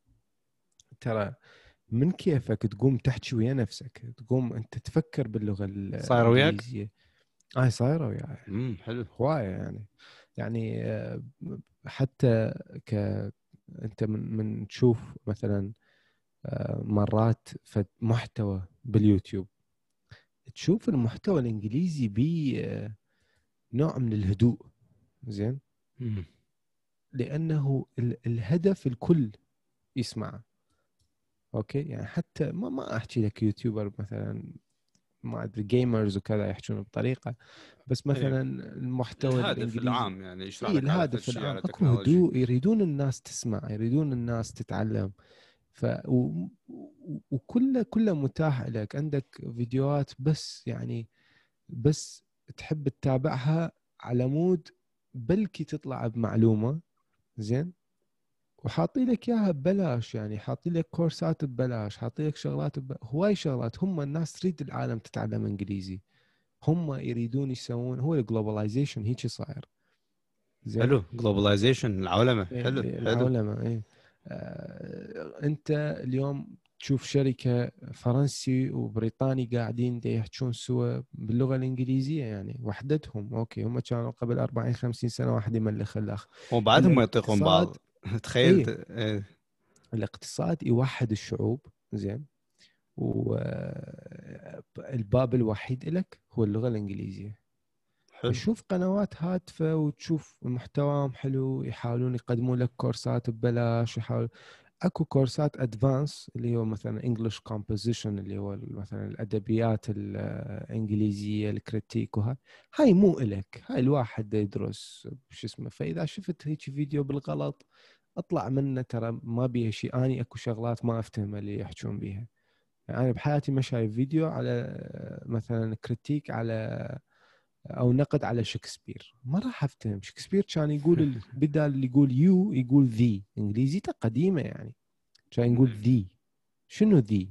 ترى من كيفك تقوم تحكي ويا نفسك، تقوم انت تفكر باللغه صاير وياك. الانجليزيه. هاي صايره وياي امم حلو. هوايه يعني. يعني آه، حتى ك انت من من تشوف مثلا آه، مرات فد محتوى باليوتيوب، تشوف المحتوى الانجليزي بيه نوع من الهدوء. زين. مم. لانه ال- الهدف الكل يسمعه. اوكي. يعني حتى ما ما احكي لك يوتيوبر مثلا، ما ادري، جيمرز وكذا يحجون بطريقه، بس ايه. مثلا المحتوى الهادف الانجليزي. العام يعني يشرح اي، لك على فد الهادف شيء العام على اكو تكنولوجي. هدوء، يريدون الناس تسمع، يريدون الناس تتعلم. ف و... و- وكله كله متاح لك، عندك فيديوهات بس يعني بس تحب تتابعها على مود بلكي تطلع بمعلومة. زين. وحاطي لك اياها ببلاش، يعني حاطي لك كورسات ببلاش، حاطي لك شغلات بب... هواي شغلات. هم الناس تريد العالم تتعلم انجليزي، هم يريدون يسوون، هو الجلوبلايزيشن هيك صاير. زين. حلو. جلوبلايزيشن، العولمه. إيه، حلو إيه، حلو. العولمه. ايه. آه، انت اليوم تشوف شركه فرنسي وبريطاني قاعدين دي يحجون سوا باللغه الانجليزيه، يعني وحدتهم. اوكي، هم كانوا قبل أربعين خمسين سنه واحد يملخ الاخ. وبعدهم ما يطيقون الاقتصاد. بعض. تخيل ت... ايه. إيه. الاقتصاد يوحد الشعوب. زين. والباب الوحيد لك هو اللغه الانجليزيه. حلو. فشوف قنوات هادفه وتشوف محتواهم حلو، يحاولون يقدمون لك كورسات ببلاش، يحاول اكو كورسات ادفانس اللي هو مثلا انجلش كومبوزيشن، اللي هو مثلا الادبيات الانجليزيه، الكريتيك، وهاي هاي مو إلك، هاي الواحد يدرس شو اسمه. فاذا شفت هيك فيديو بالغلط اطلع منه، ترى ما بيها شيء. اني اكو شغلات ما افتهم اللي يحجون بيها. يعني انا بحياتي ما شايف فيديو على مثلا كريتيك على او نقد على شكسبير ما راح افتهم. شكسبير كان يقول بدال اللي يقول يو يقول ذي، انجليزيته قديمه يعني، كان يقول ذي. شنو ذي؟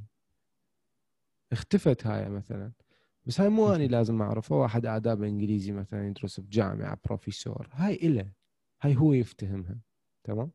اختفت هاي مثلا. بس هاي مو اني لازم اعرفه. واحد آداب انجليزي مثلا يدرس بجامعه بروفيسور، هاي إله، هاي هو يفتهمها. تمام.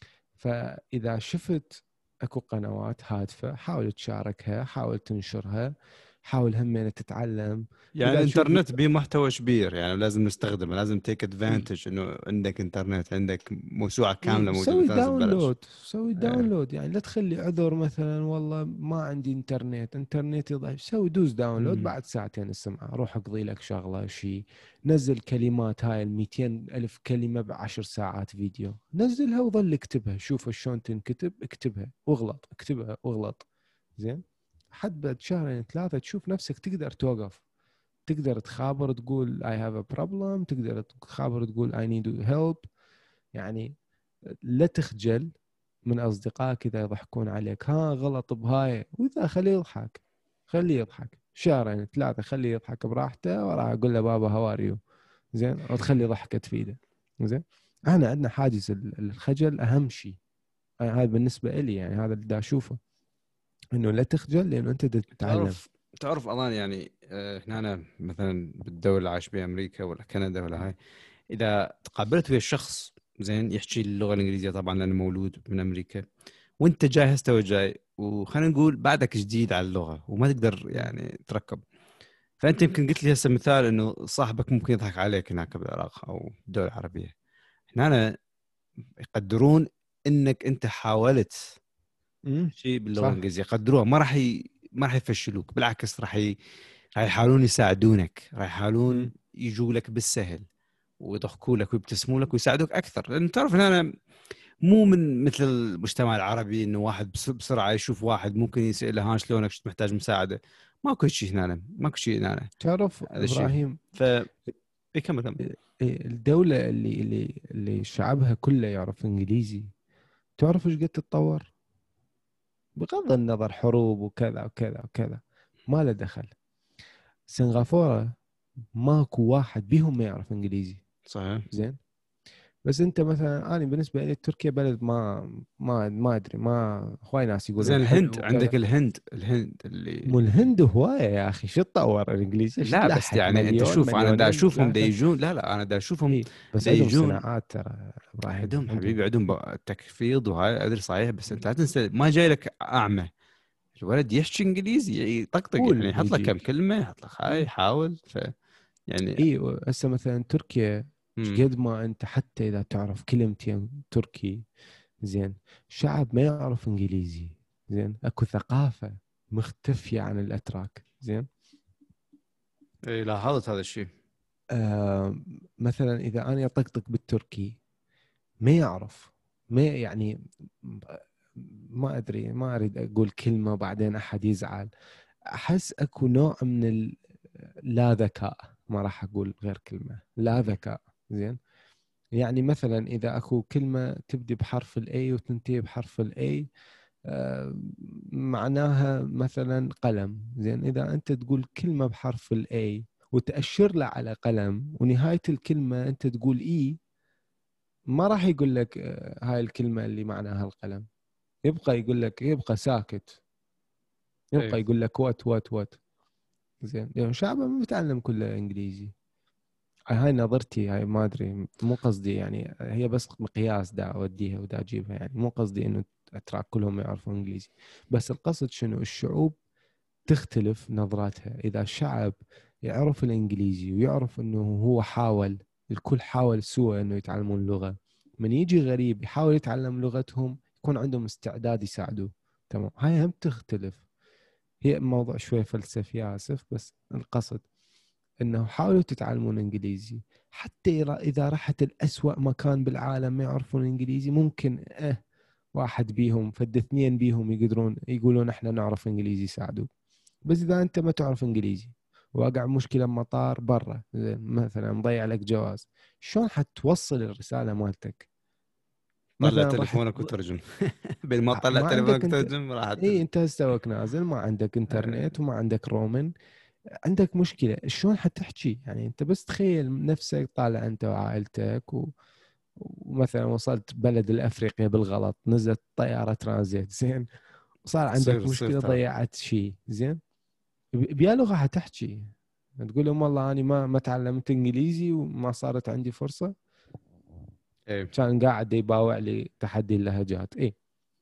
فاذا شفت اكو قنوات هادفه، حاول تشاركها، حاول تنشرها، حاول همين تتعلم. يعني اذا تشوف الانترنت به محتوى كبير، يعني لازم نستخدمه، لازم تيك إيه؟ ادفانتج انه عندك انترنت، عندك موسوعه اي كامله موجوده وسوي تنزل ببلاش. داونلود، سوي ايه. داونلود. يعني لا تخلي عذر مثلا والله ما عندي انترنت، انترنتي ضعيف. سوي دوز داونلود، مم. بعد ساعتين السمعة روح اقضي لك شغلة شيء. نزل كلمات، هاي ال مئتين ألف كلمة بعشر ساعات فيديو، نزلها وظل اكتبها. شوف شلون تنكتب، اكتبها واغلط، اكتبها واغلط. زين. حد بعد شهرين ثلاثة تشوف نفسك تقدر توقف، تقدر تخابر تقول I have a problem، تقدر تخابر تقول I need help. يعني لا تخجل من أصدقائك إذا يضحكون عليك. ها غلط بهاي، وإذا خليه يضحك، خليه يضحك شهرين ثلاثة، خليه يضحك براحته، وراح أقول له بابا هواريو. زين. وتخلي ضحكة تفيده. زين. احنا عندنا حاجز الخجل أهم شيء. هذا بالنسبة إلي، يعني هذا اللي دا أشوفه، إنه لا تخجل لأنه أنت تتعلم. تعرف تعرف اظن يعني آه، احنا أنا مثلا بالدوله اللي عايش بها امريكا ولا كندا ولا هاي، اذا تقابلت ويا شخص زين يحكي اللغه الانجليزيه، طبعا لانه مولود من امريكا، وانت جاي هسه وجاي، وخلينا نقول بعدك جديد على اللغه وما تقدر يعني تركب. فانت يمكن قلت لي هسه مثال انه صاحبك ممكن يضحك عليك هناك بالعراق او الدول العربيه. هنا أنا يقدرون انك انت حاولت امم شيء باللغه صح. الانجليزيه، يقدروها، ما راح ي... ما راح يفشلوك، بالعكس راح ي... راح يحاولون يساعدونك، راح يحاولون امم يجوا لك بالسهل ويضحكوا لك ويبتسموا لك ويساعدوك اكثر. لان تعرف ان انا مو من مثل المجتمع العربي انه واحد بس- بسرعه يشوف واحد ممكن يساله ها شلونك، شو محتاج مساعده. ماكو شيء هنا، ماكو شيء هنا. تعرف هذا الشيء. إبراهيم، ف يكمل كمل. الدولة اللي اللي اللي شعبها كله يعرف إنجليزي، تعرف إيش قد تتطور؟ بغض النظر حروب وكذا وكذا وكذا، ما له دخل. سنغافورة ماكو واحد بيهم ما يعرف انجليزي. صحيح. زين. بس انت مثلا، انا بالنسبه لي تركيا بلد ما ما ما ادري، ما هواي ناس زين يقولون الهند، حلو وكذا. عندك الهند الهند اللي مو الهند هوايه يا اخي، شو تطور الانجليزي؟ شو لا بس تلحق يعني انت مليون شوف، انا دا مليونين اشوفهم دا ثلاثه؟ يجون، لا لا انا دا اشوفهم اي بس دا عندهم يجون. صناعات ترى ابراهيم، عندهم عندهم. حبيبي، عندهم بقى تكفيض وهاي ادري صحيح، بس انت لا تنسى ما جاي لك اعمى. الولد يحكي انجليزي يطقطق، يعني قول يحط لك كم يجيك. كلمه، يحط لك هاي يحاول. ف يعني اي هسه مثلا تركيا، امم قد ما انت حتى اذا تعرف كلمتين تركي، زين، شعب ما يعرف انجليزي. زين. اكو ثقافة مختفية عن الاتراك. زين. اي لاحظت هذا الشيء. آه مثلا اذا انا اطقطق بالتركي ما يعرف، ما يعني، ما ادري، ما اريد اقول كلمة بعدين احد يزعل. احس اكو نوع من ال- لا ذكاء، ما راح اقول غير كلمة، لا ذكاء. زين. يعني مثلا إذا أكو كلمة تبدي بحرف الأي وتنتهي بحرف الأي، آه معناها مثلا قلم. زين. إذا أنت تقول كلمة بحرف الأي وتأشر له على قلم، ونهاية الكلمة أنت تقول إي، ما راح يقول لك آه هاي الكلمة اللي معناها القلم. يبقى يقول لك، يبقى ساكت، اي يبقى يقول لك وات وات وات. زين. يعني شعبه ما بيتعلم كله إنجليزي. هاي نظرتي، هاي ما ادري، مو قصدي يعني، هي بس مقياس دا اوديها ودا اجيبها. يعني مو قصدي انه اتراك كلهم يعرفون انجليزي، بس القصد شنو، الشعوب تختلف نظراتها. اذا الشعب يعرف الانجليزي ويعرف انه هو حاول، الكل حاول سوى انه يتعلمون اللغة، من يجي غريب يحاول يتعلم لغتهم يكون عندهم استعداد يساعدوه. تمام. هاي هم تختلف. هي موضوع شوي فلسفي اسف، بس القصد انه حاولوا تتعلمون انجليزي. حتى اذا رحت الأسوأ مكان بالعالم ما يعرفون انجليزي، ممكن اه واحد بيهم فد اثنين بيهم يقدرون يقولون احنا نعرف انجليزي يساعدوك. بس اذا انت ما تعرف انجليزي واقع مشكله بمطار برا مثلا مضيع لك جواز، شلون حتوصل الرساله مالتك؟ طلع مثلا راح تليفونك تض... وترجم. بين ما تطلع ما تليفونك عندك انت، وترجم راح اي تل... انت هسه نازل ما عندك آه، انترنت وما عندك رومن، عندك مشكله شلون حتحكي؟ يعني انت بس تخيل نفسك طالع انت وعائلتك و... ومثلا وصلت بلد الافريقيا بالغلط، نزلت طياره ترانزيت زين، وصار تصير عندك تصير مشكله ترى. ضيعت شيء زين، ب- بيا لغه حتحكي؟ تقول لهم والله انا ما ما تعلمت انجليزي وما صارت عندي فرصه، ايه كان قاعد يباوع لي تحدي اللهجات. ايه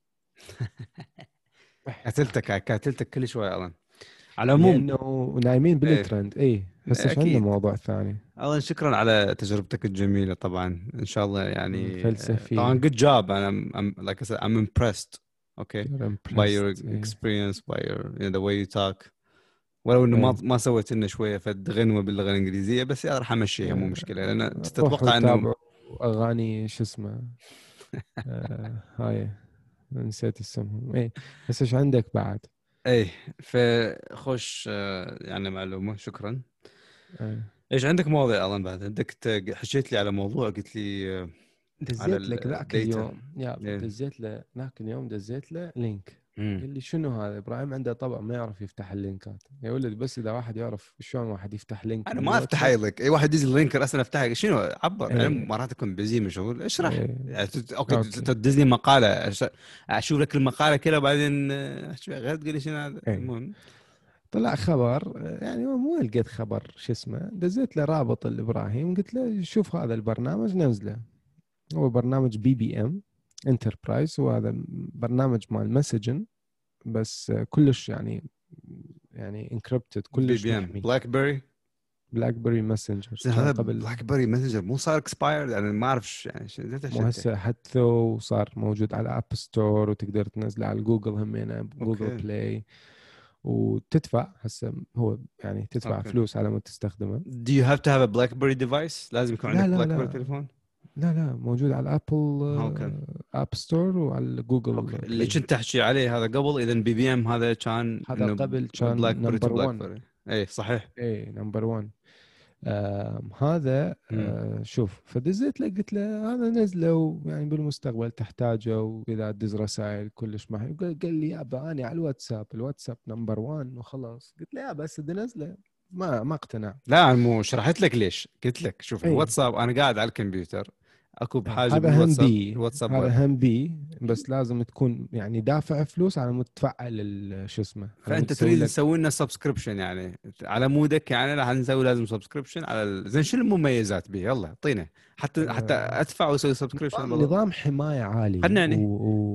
قاتلتك قاتلتك كل شوي الان. على العموم لانه نايمين ايه بالترند. ايه هسه ايش عندنا اكيد. موضوع ثاني؟ اولا شكرا على تجربتك الجميله طبعا، ان شاء الله مم، يعني آه، طبعا فلسفي. good job. انا I'm, I'm like I said I'm impressed okay You're by your impressed. ايه experience by your you know, the way you talk. ولو انه ما ايه ما سويت لنا شويه فد غنوه باللغه الانجليزيه، بس يا راح امشيها مو مشكله، لان آه، روحوا تتوقع انه تابعوا اغاني شو اسمه، آه هاي نسيت اسمهم. ايه بس ايش عندك بعد؟ ايه. فخش آه، يعني معلومه شكرا. ايه ايش عندك مواضيع الان بعد؟ عندك ت- حكيت لي على موضوع قلت لي آه، على دزيت لك ذاك الديتا. اليوم يا ايه. دزيت له ذاك اليوم دزيت له لينك، امم قال لي شنو هذا؟ ابراهيم عنده طبع ما يعرف يفتح اللينكات يا ولد، بس اذا واحد يعرف شلون واحد يفتح لينك انا من ما افتح الواتساب. اي لك، اي واحد يدز اللينك اصلا افتحها شنو عبر، انا ايه مرات اكون بزي مشغول اشرح. ايه يعني تت- اوكي اوكي تدز لي مقاله أش- اشوف لك المقاله كذا وبعدين آه، احكي غير تقول لي شنو هذا. ايه. المهم طلع خبر، يعني هو مو لقيت خبر شو اسمه، دزيت له رابط الابراهيم قلت له شوف هذا البرنامج نزله، هو برنامج بي بي ام انتربرايز، وهذا برنامج مال مسجن بس كلش يعني يعني انكربتد بي كلش بي ام محمي. بلاك بيري. بلاك بيري ماسنجر زين كان هذا قبل، بلاك بيري ماسنجر مو صار اكسبايرد؟ انا ما اعرف ش- يعني ش- زين مو تشته. هسه حتى صار موجود على اب ستور وتقدر تنزله على جوجل همينه جوجل اوكي بلاي، وتدفع هسه هو يعني تدفع اوكي. فلوس على ما تستخدمه. Do you have to have a BlackBerry device؟ لازم يكون لا عندك لا BlackBerry لا تليفون؟ لا لا موجود على الابل اوكي اب ستور وعلى جوجل اوكي. اللي بلاي. كنت تحكي عليه هذا قبل، اذا بي بي ام هذا كان هذا انه قبل بلاك كان بيري تو نمبر بلاك واحد. بيري. اي صحيح. ايه نمبر واحد. آه هذا امم آه شوف فدزيت له قلت له هذا نزله يعني بالمستقبل تحتاجه، واذا تدز رسائل كلش ما هي. قال قال لي يابا انا على الواتساب، الواتساب نمبر واحد وخلاص. قلت له يا بس بدي نزله، ما ما اقتنع. لا انا مو شرحت لك ليش، قلت لك شوف اي الواتساب انا قاعد على الكمبيوتر اكو إيه، بحاجه هذا هم بالواتساب، بي، الواتساب ويب. هذا هم بي، بس لازم تكون يعني دافع فلوس على مود تفعل ال- شو اسمه، على مود فانت تسوي تريد لك. نسوي لنا سبسكريبشن يعني على مودك، يعني راح نسوي لازم سبسكريبشن على ال... زين شنو المميزات به؟ يلا اعطينا حتى حتى آه ادفع واسوي سبسكريبشن نظام بدل. نظام حماية عالي، قنعني.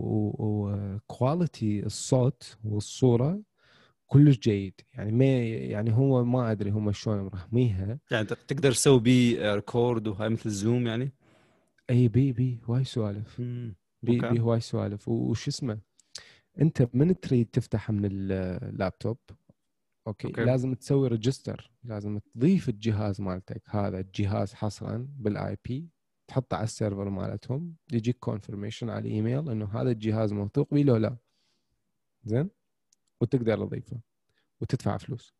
وكواليتي الصوت والصورة كلش جيد. يعني ما يعني هو ما ادري هم شلون مرحميها. يعني تقدر تسوي بيه ريكورد وهاي مثل الزوم يعني. اي بي بي هواي سوالف، امم بي اوكي بي هواي سوالف. وش اسمه، انت من تريد تفتح من اللابتوب اوكي اوكي لازم تسوي ريجستر، لازم تضيف الجهاز مالتك، هذا الجهاز حصرا بالاي بي، تحطه على السيرفر مالتهم، يجيك كونفرميشن على الايميل انه هذا الجهاز موثوق به لو لا. زين، وتقدر تضيفه وتدفع فلوس.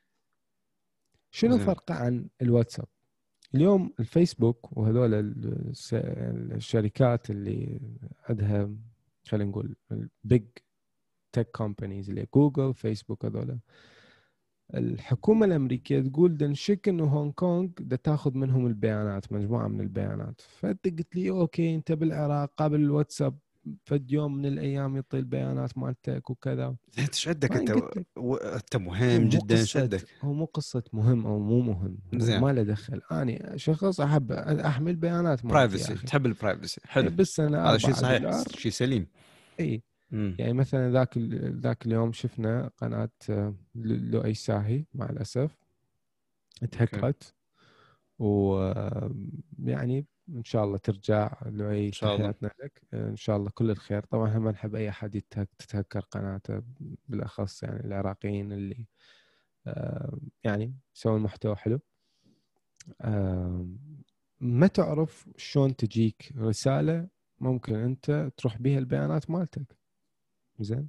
شنو زين. فرقه عن الواتساب؟ اليوم الفيسبوك وهذول الس- الشركات اللي عندها خلينا نقول البيج تك كومبانيز اللي جوجل فيسبوك، هذول الحكومة الأمريكية تقول بدنا نشك إنه هونغ كونغ بدها تاخذ منهم البيانات، مجموعة من البيانات. فأنت قلت لي أوكي أنت بالعراق قابل الواتساب فد يوم من الأيام يعطي البيانات مالتك وكذا. زين انت شدك ما انت قلت لك و... انت هو مهم مو جدا قصة، شدك. هو مو قصة مهم أو مو مهم، هو زين ما له دخل. أنا شخص أحب أحمل بيانات مالتي يا برايفسي، أخي. تحب البرايفسي إيه حلو. بس أنا هذا شيء أربعة صحيح، دولار شيء سليم. إيه. امم يعني مثلا ذاك ال- ذاك اليوم شفنا قناة آه، ل- لؤي ساهي مع الأسف اوكي ان اتهكرت، ويعني ان شاء الله ترجع لؤي، شاء الله. تحياتنا لك ان شاء الله كل الخير. طبعا هم ما نحب اي احد يتهك تتهكر قناته، بالاخص يعني العراقيين اللي آه، يعني يسوون محتوى حلو. آه، ما تعرف شلون تجيك رسالة ممكن انت تروح بيها البيانات مالتك. زين،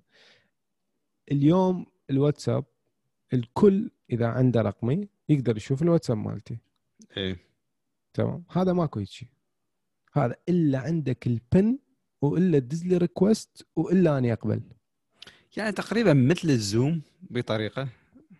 اليوم الواتساب الكل اذا عنده رقمي يقدر يشوف الواتساب مالتي. ايه تمام، هذا ماكو هيجي، هذا الا عندك البن والا تدز لي ريكوست والا اني اقبل. يعني تقريبا مثل الزوم بطريقه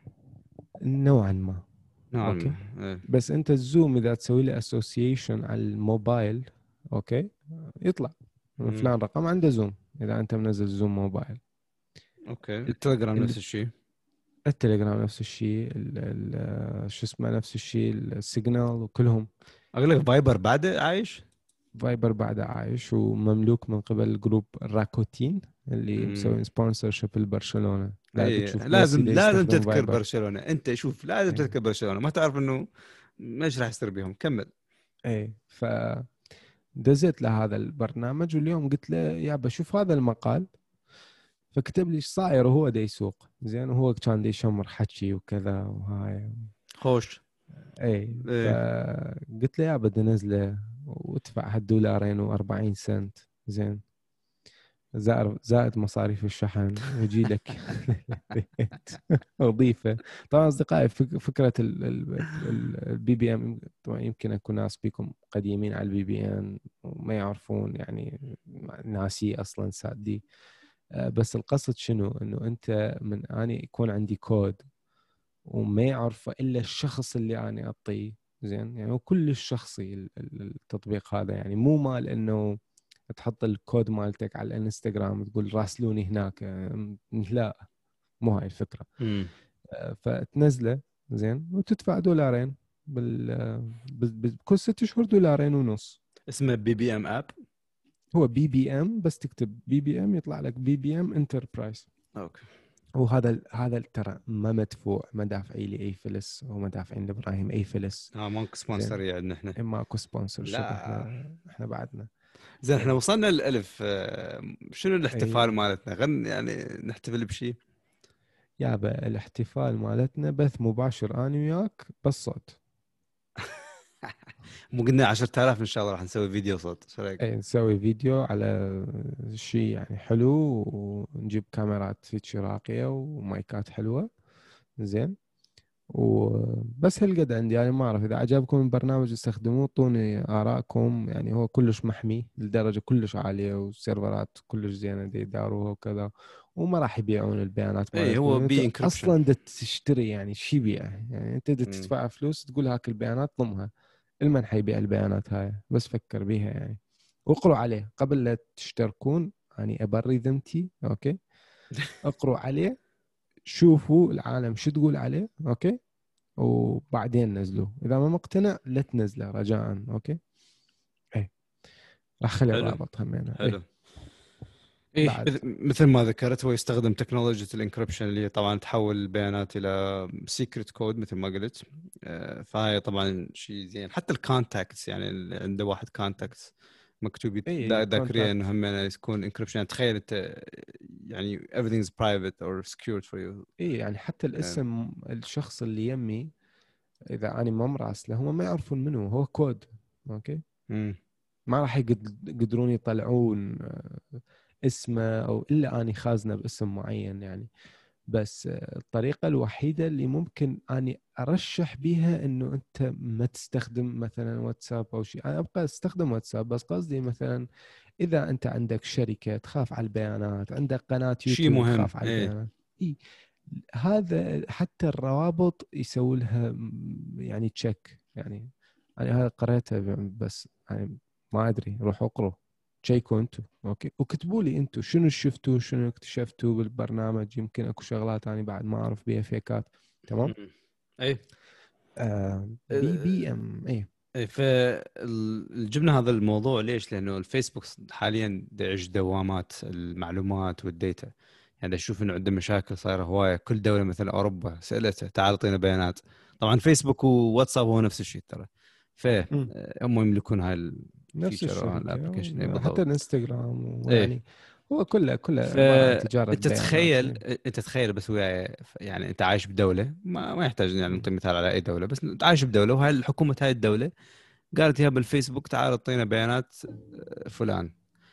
نوعا ما. نوعا اوكي، ما. إيه. بس انت الزوم اذا تسوي له اسوسيشن على الموبايل، اوكي، يطلع مم. فلان رقم عنده زوم اذا انت منزل زوم موبايل. اوكي، التليجرام ال- نفس الشيء. التليجرام نفس الشيء، ال- ال- شو اسمه نفس الشيء، السيجنال وكلهم. اقول لك فايبر بعده عايش. فايبر بعد عايش ومملوك من قبل جروب راكوتين اللي مم. مسوي سبونسر شيب لبرشلونة. لا اي تشوف ميسي لازم دا لازم يستخدم تذكر فايبر. برشلونه، انت شوف لازم اي تذكر برشلونه، ما تعرف انه ايش راح يصير بيهم. كمل. اي ف دزيت له هذا البرنامج واليوم قلت له يا بشوف هذا المقال، فكتب لي ايش صاير وهو دا يسوق. زين، وهو كان دا يشمر حكي وكذا وهاي. خوش. اي ايه. فقلت له يا بدي نزله وادفع هالدولارين وأربعين سنت. زين، زائد زائد مصاريف الشحن ويجي لك البيت وظيفه. طبعا اصدقائي، فك- فكره البي بي ام، طبعا يمكن اكون ناس بيكم قديمين على البي بي ان وما يعرفون، يعني ناسي اصلا سادي. آه، بس القصد شنو؟ انه انت من اني يكون عندي كود وما يعرفه الا الشخص اللي انا اعطيه. زين، يعني هو كلش شخصي ال- ال- التطبيق هذا، يعني مو مال انه تحط الكود مالتك على الانستغرام تقول راسلوني هناك. أم، لا، مو هاي الفكرة. امم أه، فتنزله زين وتدفع دولارين بال... بال... بال... كل ست شهور دولارين ونص. اسمه بي بي ام اب. هو بي بي ام، بس تكتب بي بي ام يطلع لك بي بي ام انتربرايز. اوكي. وهذا ال- هذا ترى ما مدفوع، ما دافعي لي اي فلس وما دافعين لابراهيم اي فلس. اه مونك زين، سبونسر عندنا احنا. ماكو سبونسر شيب، لا احنا احنا بعدنا. زين، احنا اي وصلنا للألف. آه، شنو الاحتفال اي مالتنا؟ غن يعني نحتفل بشيء. يابا الاحتفال مالتنا بث مباشر انا وياك بس صوت. مو قلنا عشرة آلاف ان شاء الله راح نسوي فيديو صوت، شو رايك؟ اي نسوي فيديو على شيء يعني حلو، ونجيب كاميرات فيتشي راقية ومايكات حلوة. زين، وبس هالقد عندي يعني. ما اعرف اذا عجبكم البرنامج استخدموه، اعطوني ارائكم. يعني هو كلش محمي لدرجة كلش عالية، والسيرفرات كلش زينة دي يداروها وكذا، وما راح يبيعون البيانات اي مالتكم. هو يعني انت بي انكربشن. اصلا دا تشتري يعني شي بيع، يعني انت دا تدفع فلوس تقول هاك البيانات ضمها. المن حيبيع البيانات هاي؟ بس فكر بيها يعني، واقروا عليه قبل لا تشتركون. يعني ابري ذمتي، اوكي، اقروا عليه، شوفوا العالم شو تقول عليه، اوكي، وبعدين نزلوه. اذا ما مقتنع لا تنزله رجاء، اوكي. ايه، راح اخلي حلو. الرابط همينه. حلو. ايه ايه بعد مث- مثل ما ذكرت، هو يستخدم تكنولوجيا الانكربشن اللي هي طبعا تحول البيانات الى سيكريت كود مثل ما قلت. آه، فهاي طبعا شيء زين. حتى الكونتاكتس، يعني اللي عنده واحد كونتاكتس مكتوب اي دا- ذاكريا انه كونتاكت. هم يكون انكربشن. تخيل انت يعني everything's private or secured for you. اي يعني حتى آه، الاسم الشخص اللي يمي، اذا اني ما مراسله هم ما يعرفون منه، هو كود، اوكي. مم. ما راح يقد- يقدرون يطلعون آه، اسمه، او الا اني خازنه باسم معين يعني. بس آه، الطريقة الوحيدة اللي ممكن أني أرشح بيها إنه أنت ما تستخدم مثلا واتساب أو شيء. أنا أبقى أستخدم واتساب، بس قصدي مثلا إذا أنت عندك شركة تخاف على البيانات، عندك قناة شيء يوتيوب مهم. تخاف على ايه. البيانات. إيه، هذا حتى الروابط يسوي لها م- يعني تشيك يعني. أنا هذا قريته بس يعني ما أدري، روحوا اقروا تشيكوا انتم، اوكي، وكتبوا لي انتم شنو شفتوا شنو اكتشفتوا بالبرنامج. يمكن اكو شغلات انا بعد ما اعرف بيها فيكات. تمام. مم. ايه. آه بي بي ام ايه ايه فجبنا هذا الموضوع ليش؟ لانه الفيسبوك حاليا دا يعيش دوامات المعلومات والديتا. يعني اشوف انه عنده مشاكل صايره هوايه. كل دوله مثل اوروبا سالته تعال اعطينا بيانات. طبعا فيسبوك وواتساب هو نفس الشيء ترى. مم. فهم يملكون هاي نفس الفيتشر او الابلكيشن. اي الشركة، حتى بالضبط. الانستغرام، ايه. ويعني هو كله كله عبارة عن تجارة فانت بيانات. تخيل، إيه. انت تخيل بس وياي، يعني انت عايش بدوله، ما, ما يحتاج يعني نعطي مثال على اي دوله، بس انت عايش بدوله وهاي الحكومه هاي الدوله قالت يا بالفيسبوك تعال اعطينا بيانات فلان.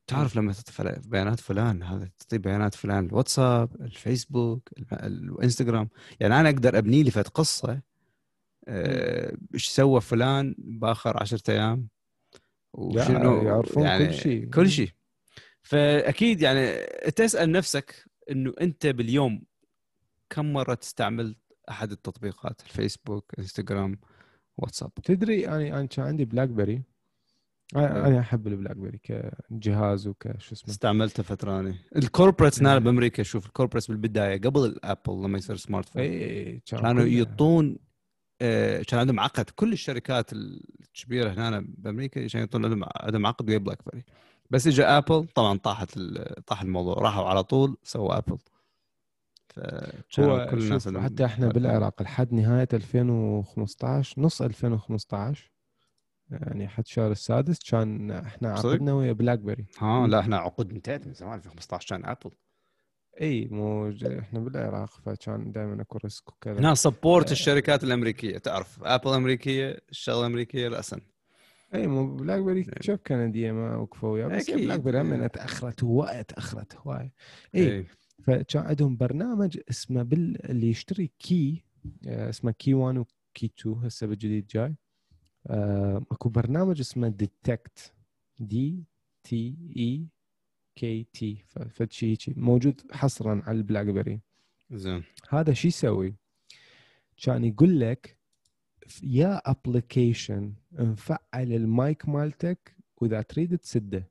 تعرف لما تدخل بيانات فلان، هذا تعطي بيانات فلان، الواتساب، الفيسبوك، الانستغرام. يعني انا اقدر ابني لي فت قصه ايش سوى فلان باخر عشرة ايام لا وشنو، يعرفون كل يعني شيء. كل شيء. فاكيد يعني تسال نفسك انه انت باليوم كم مره تستعمل احد التطبيقات، الفيسبوك، انستغرام، واتساب. تدري انا انا كان عندي بلاك بيري. انا إيه. أنا احب البلاك بيري كجهاز وكشو اسمه. استعملته فتراني. الكوربريتس هنا إيه. بامريكا، شوف الكوربريتس بالبدايه قبل الابل لما يصير سمارت فون اي كان كانوا كله. يعطون آه، كان عندهم عقد. كل الشركات الكبيره هنا بامريكا كانوا يعطون عندهم عندهم عقد ويا بلاك بيري. بس اجى ابل طبعا طاحت ال- طاح الموضوع، راحوا على طول سووا ابل. فكانوا هو كل الناس شوف عندهم حتى احنا بلاك بيري. بالعراق لحد نهاية ألفين وخمسطعش، نص ألفين وخمسطعش، يعني حد شهر السادس كان احنا صدق؟ عقدنا ويا بلاك بيري. ها مم. لا احنا عقود انتهت من زمان. في خمسة عشر كان ابل. اي مو ج- احنا بالعراق فكان دائما اكو ريسك وكذا. هنا سبورت آه، الشركات الامريكيه، تعرف ابل امريكيه، الشغله الامريكيه راسا. اي مو بلاك بيري شوف كنديه ما وقفوا وياه، بس هي بلاك اكيد. بيري هم تاخرت هوايه، تاخرت هوايه. اي ايه. فكان عندهم برنامج اسمه بال اللي يشتري كي، آه، اسمه كي واحد وكي اثنين هسه بالجديد جاي. آه، اكو برنامج اسمه ديتكت، دي تي اي كي تي، فشي هيك موجود حصرا على البلاك بيري. زين. هذا شو يسوي؟ كان يقول لك يا ابلكيشن نفعل المايك مالتك واذا تريد تسده.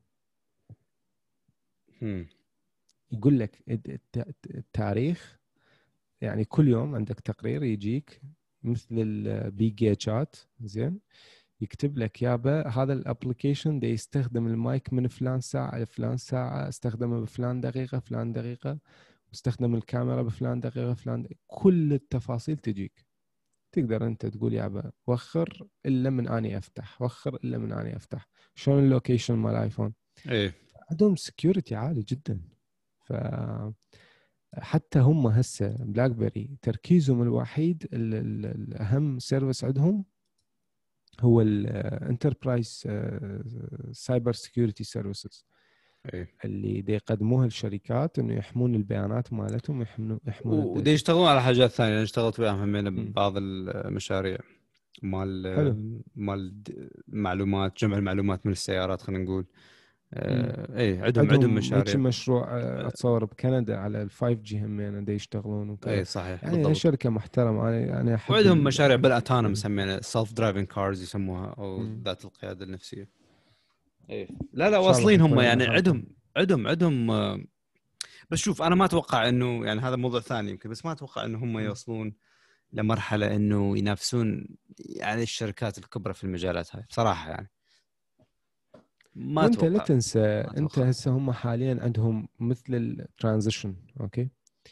هم. يقول لك الت- التاريخ، يعني كل يوم عندك تقرير يجيك مثل البي جي شات، زين، يكتب لك يابا هذا الابلكيشن ده يستخدم المايك من فلان ساعة لفلان ساعة، استخدمه بفلان دقيقة فلان دقيقة، واستخدم الكاميرا بفلان دقيقة فلان دقيقة. كل التفاصيل تجيك. تقدر انت تقول يابا وخر الا من اني افتح، وخر الا من اني افتح. شلون اللوكيشن مال ايفون؟ ايه. عندهم سكيورتي عالي جدا. ف حتى هم هسه بلاك بيري تركيزهم الوحيد ال- ال- الاهم سيرفيس عندهم هو الانتربرايز سايبر سكيورتي سيرفيسز، ايه. اللي دي يقدموها الشركات انه يحمون البيانات مالتهم، يحمون يحمون ودي الداتا. يشتغلون على حاجات ثانيه. انا اشتغلت وياهم همين مم. ببعض المشاريع مال حلو. مال د- معلومات، جمع المعلومات من السيارات خلينا نقول. مم. آه، ايه عندهم عندهم عندهم هيك مشاريع. مشروع آه، آه، اتصور بكندا على الفايف جي همين دي يشتغلون ايه وكذا. صحيح يعني بالضبط. شركة محترمة. انا انا احب وعندهم ال... مشاريع احب بالاتونومس شغلهم. همين، سيلف درايفنج كارز يسموها، او مم. ذات القياده النفسيه. ايه. لا لا ان شاء الله واصلين هم، حيكون يعني عندنا حلقة. عندهم عندهم عندهم آه، بس شوف انا ما اتوقع انه، يعني هذا موضوع ثاني يمكن، بس ما اتوقع انه هم مم. يوصلون لمرحله انه ينافسون يعني الشركات الكبرى في المجالات هاي بصراحه. يعني ما وانت لا اتوقع. تنسى، ما انت اتوقع. هسه هم حاليا عندهم مثل الترانزيشن، اوكي.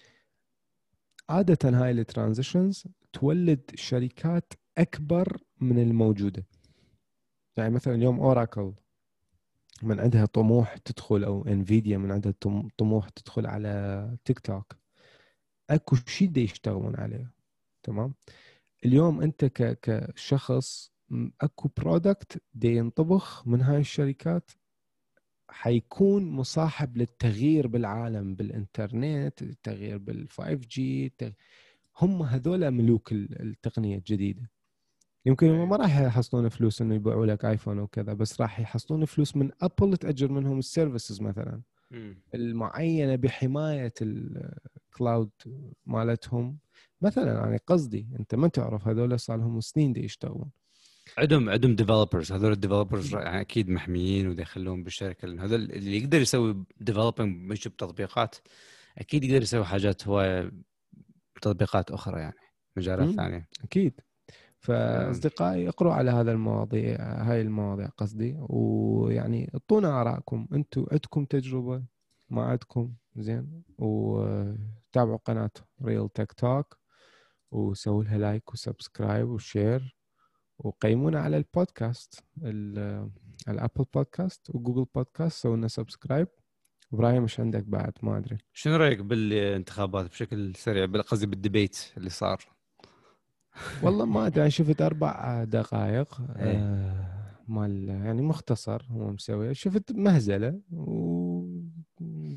عادة هاي الترانزيشنز تولد شركات اكبر من الموجودة. يعني مثلا اليوم اوراكل من عندها طموح تدخل، او انفيديا من عندها طم- طموح تدخل على تيك توك، اكو شيء دي يشتغلون عليه. تمام. اليوم انت ك كشخص م- اكو برودكت دي ينطبخ من هاي الشركات، حيكون مصاحب للتغيير بالعالم، بالانترنت، التغيير بالفايف جي. هم هذول ملوك ال- التقنية الجديدة. يمكن هم ايه. ما راح يحصلون فلوس انه يبيعوا لك ايفون وكذا، بس راح يحصلون فلوس من ابل تأجر منهم السيرفيسز مثلا مم. المعينة بحماية الكلاود مالتهم. مثلا يعني قصدي انت ما تعرف هذول صار لهم سنين دي يشتغلون. عندهم عندهم ديفلوبرز. هذول الديفلوبرز يعني اكيد محميين ويدخلون بالشركه، لان هذا اللي يقدر يسوي ديفلوبينج مش بتطبيقات، اكيد يقدر يسوي حاجات هوايه بتطبيقات اخرى، يعني مجالات مم. ثانيه. اكيد. ف... فاصدقائي اقروا على هذا المواضيع، هاي المواضيع قصدي، ويعني اعطونا ارائكم. انتم عندكم تجربة ما عندكم؟ زين. وتابعوا قناة ريل تك توك، وسووا لها لايك وسبسكرايب وشير، وقيمونا على البودكاست، ال- الابل بودكاست وجوجل بودكاست، سووا لنا سبسكرايب. ابراهيم مش عندك بعد؟ ما ادري. شنو رايك بالانتخابات بشكل سريع، قصدي بالديبيت اللي صار؟ والله ما ادري، أنا شفت اربع دقائق ايه. آه مال يعني مختصر هو مسوي، شفت مهزله و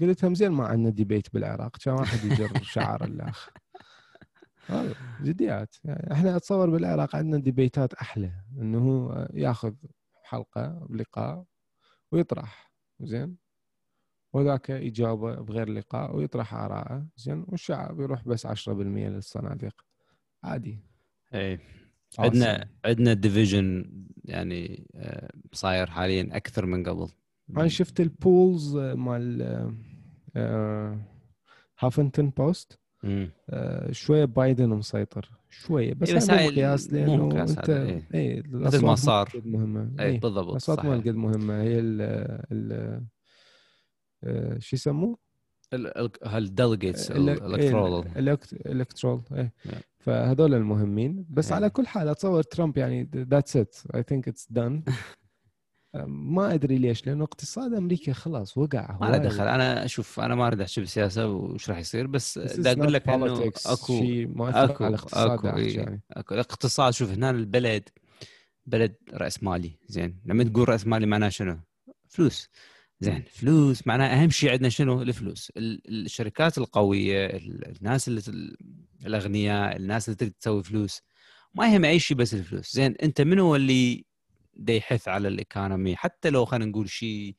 قلت لهم زين ما عندنا ديبيت بالعراق كان واحد يجر شعار الاخ. هذا جديات يعني. احنا اتصور بالعراق عندنا ديبيتات احلى، انه ياخذ حلقه بلقاء ويطرح زين، وذاك يجاوبه بغير لقاء ويطرح آراءه زين، والشعب يروح بس عشرة بالمئة للصناديق عادي. اي awesome. عندنا عندنا ديفيجن يعني آه، صاير حاليا اكثر من قبل. انا شفت البولز مال هافنتون بوست، امم شويه بايدن مسيطر شويه، بس اي بس هذا مو هاي مقياس مو لانه مقياس انت هذا. اي اي مثل ما الاصوات مو صار. قد مهمه. اي اي بالضبط الاصوات مو صحيح. قد مهمه، هي ال ال آه، شو يسموه هالديليجيتس الالكترال. الكترول. ايه فهذول المهمين. بس على كل حال اتصور ترامب يعني ذاتس ات اي ثينك اتس دان. ما ادري ليش، لانه اقتصاد امريكا خلاص وقع ما له هواي دخل. وقع. انا اشوف انا ما اريد احكي بالسياسه وش راح يصير، بس This دا is اقول not لك انه politics، اكو شيء مؤثر اكو على الاقتصاد اكو احكي إيه يعني. اكو الاقتصاد. شوف هنا البلد بلد راس مالي زين. لما تقول راس مالي معناه شنو؟ فلوس زين. فلوس معناه اهم شيء عندنا شنو؟ الفلوس. الشركات القويه، الناس اللي الاغنياء، الناس اللي تقدر تسوي فلوس، ما يهم اي شيء بس الفلوس. زين انت منو هو اللي دا يحث على الايكونومي؟ حتى لو خلينا نقول شيء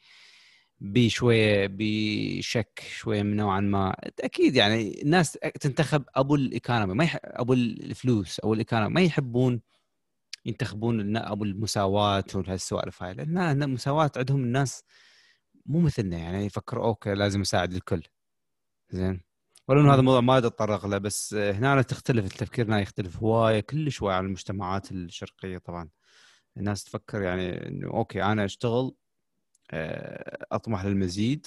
بشويه بشك شويه من نوعا ما، اكيد يعني الناس تنتخب ابو الايكونومي، ما يح... ابو الفلوس او الايكونومي. ما يحبون ينتخبون ابو المساواه وهالسوالف هاي، لان المساواه عندهم الناس مو مثلنا يعني يفكروا اوكي لازم اساعد الكل زين. ولو انه هذا الموضوع ما اتطرق له، بس هنا تختلف التفكير، هنا يختلف هوايه كل شويه عن المجتمعات الشرقيه. طبعا الناس تفكر يعني انه اوكي انا اشتغل اطمح للمزيد،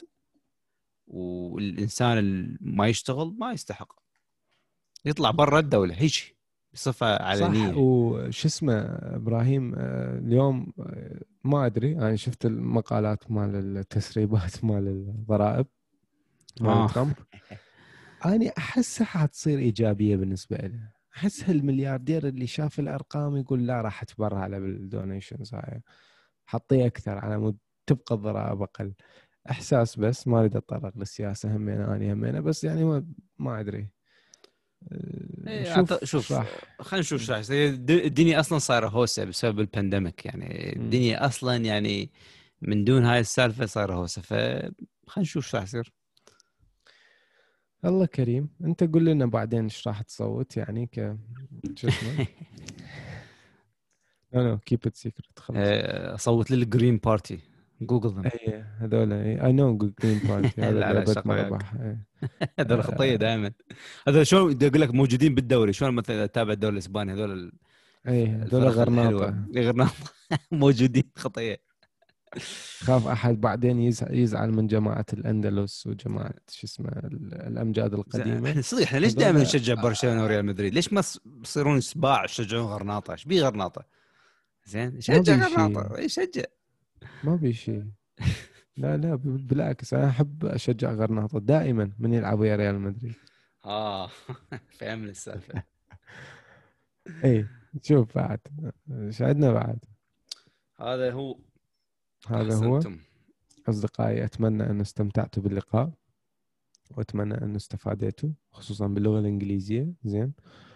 والإنسان اللي ما يشتغل ما يستحق يطلع برا الدولة هيك بصفة صح. علنية. وش اسمه ابراهيم اليوم ما ادري انا يعني شفت المقالات مال التسريبات مال الضرائب مال آه. ترامب. انا احسها حتصير ايجابيه بالنسبه له. احس هالملياردير اللي شاف الارقام يقول لا راح اتبرع على بالدونيشنز هاي، حطيه اكثر على مود تبقى الضرائب اقل. احساس بس، ما اريد اتطرق للسياسه همينه اني همينه، بس يعني ما, ما ادري. إيه أعت- نشوف شوف راح. خلينا نشوف شو راح يصير. الد- الدنيا اصلا صايره هوسه بسبب البانديميك يعني. الدنيا اصلا يعني من دون هاي السالفه صايره هوسه، فخلينا نشوف شو راح يصير. الله كريم. انت قول لنا بعدين ايش راح تصوت يعني ك شو اسمه. لا لا كيب ات سيكرت خلاص. إيه، اصوت للجرين بارتي جوجل ذم. اي هذول اي نو جرين بارتي، هذا لا اللي لا ابد شغله وياك. مربح. إيه. هذول خطيه دائما. هذول شلون بدي اقول لك موجودين بالدوري، شلون مثلا اتابع الدوري الاسباني هذول اي هذول الفرق الحلوه غرناطه. غير موجودين خطيه. خاف احد بعدين يزعل, يزعل من جماعه الاندلس وجماعه شو اسمه ال- الامجاد زين القديمه. احنا صدق احنا ليش دائما هذول نشجع برشلونه وريال مدريد؟ ليش ما يص- يصيرون سباع يشجعون غرناطه؟ ايش بيه غرناطه؟ زين ما شجع بي شيء، غرناطه يشجع. ما بي شيء. لا لا ب- بالعكس انا احب اشجع غرناطه دائما من يلعبوا يا ريال مدريد. اه فهمنا السالفه. اي شوف بعد ايش عندنا بعد. هذا هو. هذا هو. احسنتم. اصدقائي اتمنى ان استمتعتوا باللقاء، واتمنى ان استفادتوا خصوصا باللغه الانجليزيه زين.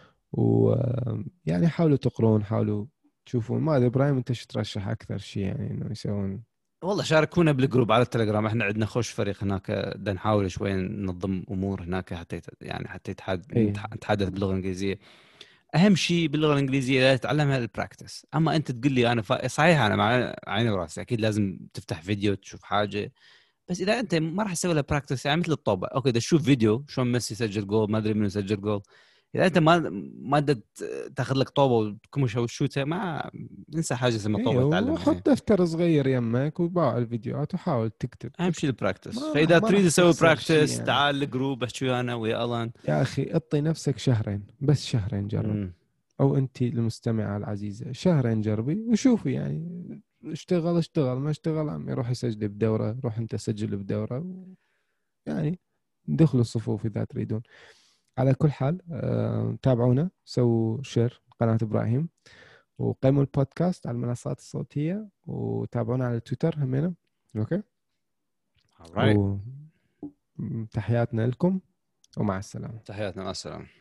ويعني حاولوا تقرون، حاولوا تشوفون. ما ادري ابراهيم انت ايش ترشح اكثر شيء يعني انه يسوون؟ والله شاركونا بالجروب على التليجرام. احنا عندنا خوش فريق هناك، بدنا نحاول شوي ننظم امور هناك حتى يت- يعني حتى يتحد اي نتحدث باللغه الانجليزيه. اهم شيء باللغه الانجليزيه لا تتعلمها البراكتس. اما انت تقول لي انا ف... صحيح انا مع عيني وراسي اكيد لازم تفتح فيديو تشوف حاجه، بس اذا انت ما راح تسوي لها براكتس يعني مثل الطوبه. اوكي بدك تشوف فيديو شلون ميسي سجل جول، ما ادري منو سجل جول. اذا انت ما ما بدك تاخذ لك طوبه وتكمش او تشوتها، ما انسى حاجه اسمها اي طوبه تعلمها. وحط إيه. دفتر صغير يمك وباع الفيديوهات وحاول تكتب اهم شيء تكتب. البراكتس. ما راح فاذا ما تريد راح تسوي تخسر شيء براكتس يعني. تعال الجروب احكي ويانا ويا الان. يا اخي اعطي نفسك شهرين بس، شهرين جرب. امم او انت المستمعه العزيزه شهرين جربي وشوفي يعني. اشتغل اشتغل، ما اشتغل عمي روح يسجل بدوره، روح انت سجل بدوره يعني. دخلوا الصفوف اذا تريدون. على كل حال آه، تابعونا، سووا شير قناه ابراهيم، وقيموا البودكاست على المنصات الصوتيه، وتابعونا على تويتر همينه. اوكي alright. و... تحياتنا لكم ومع السلامة. تحياتنا، مع السلامه.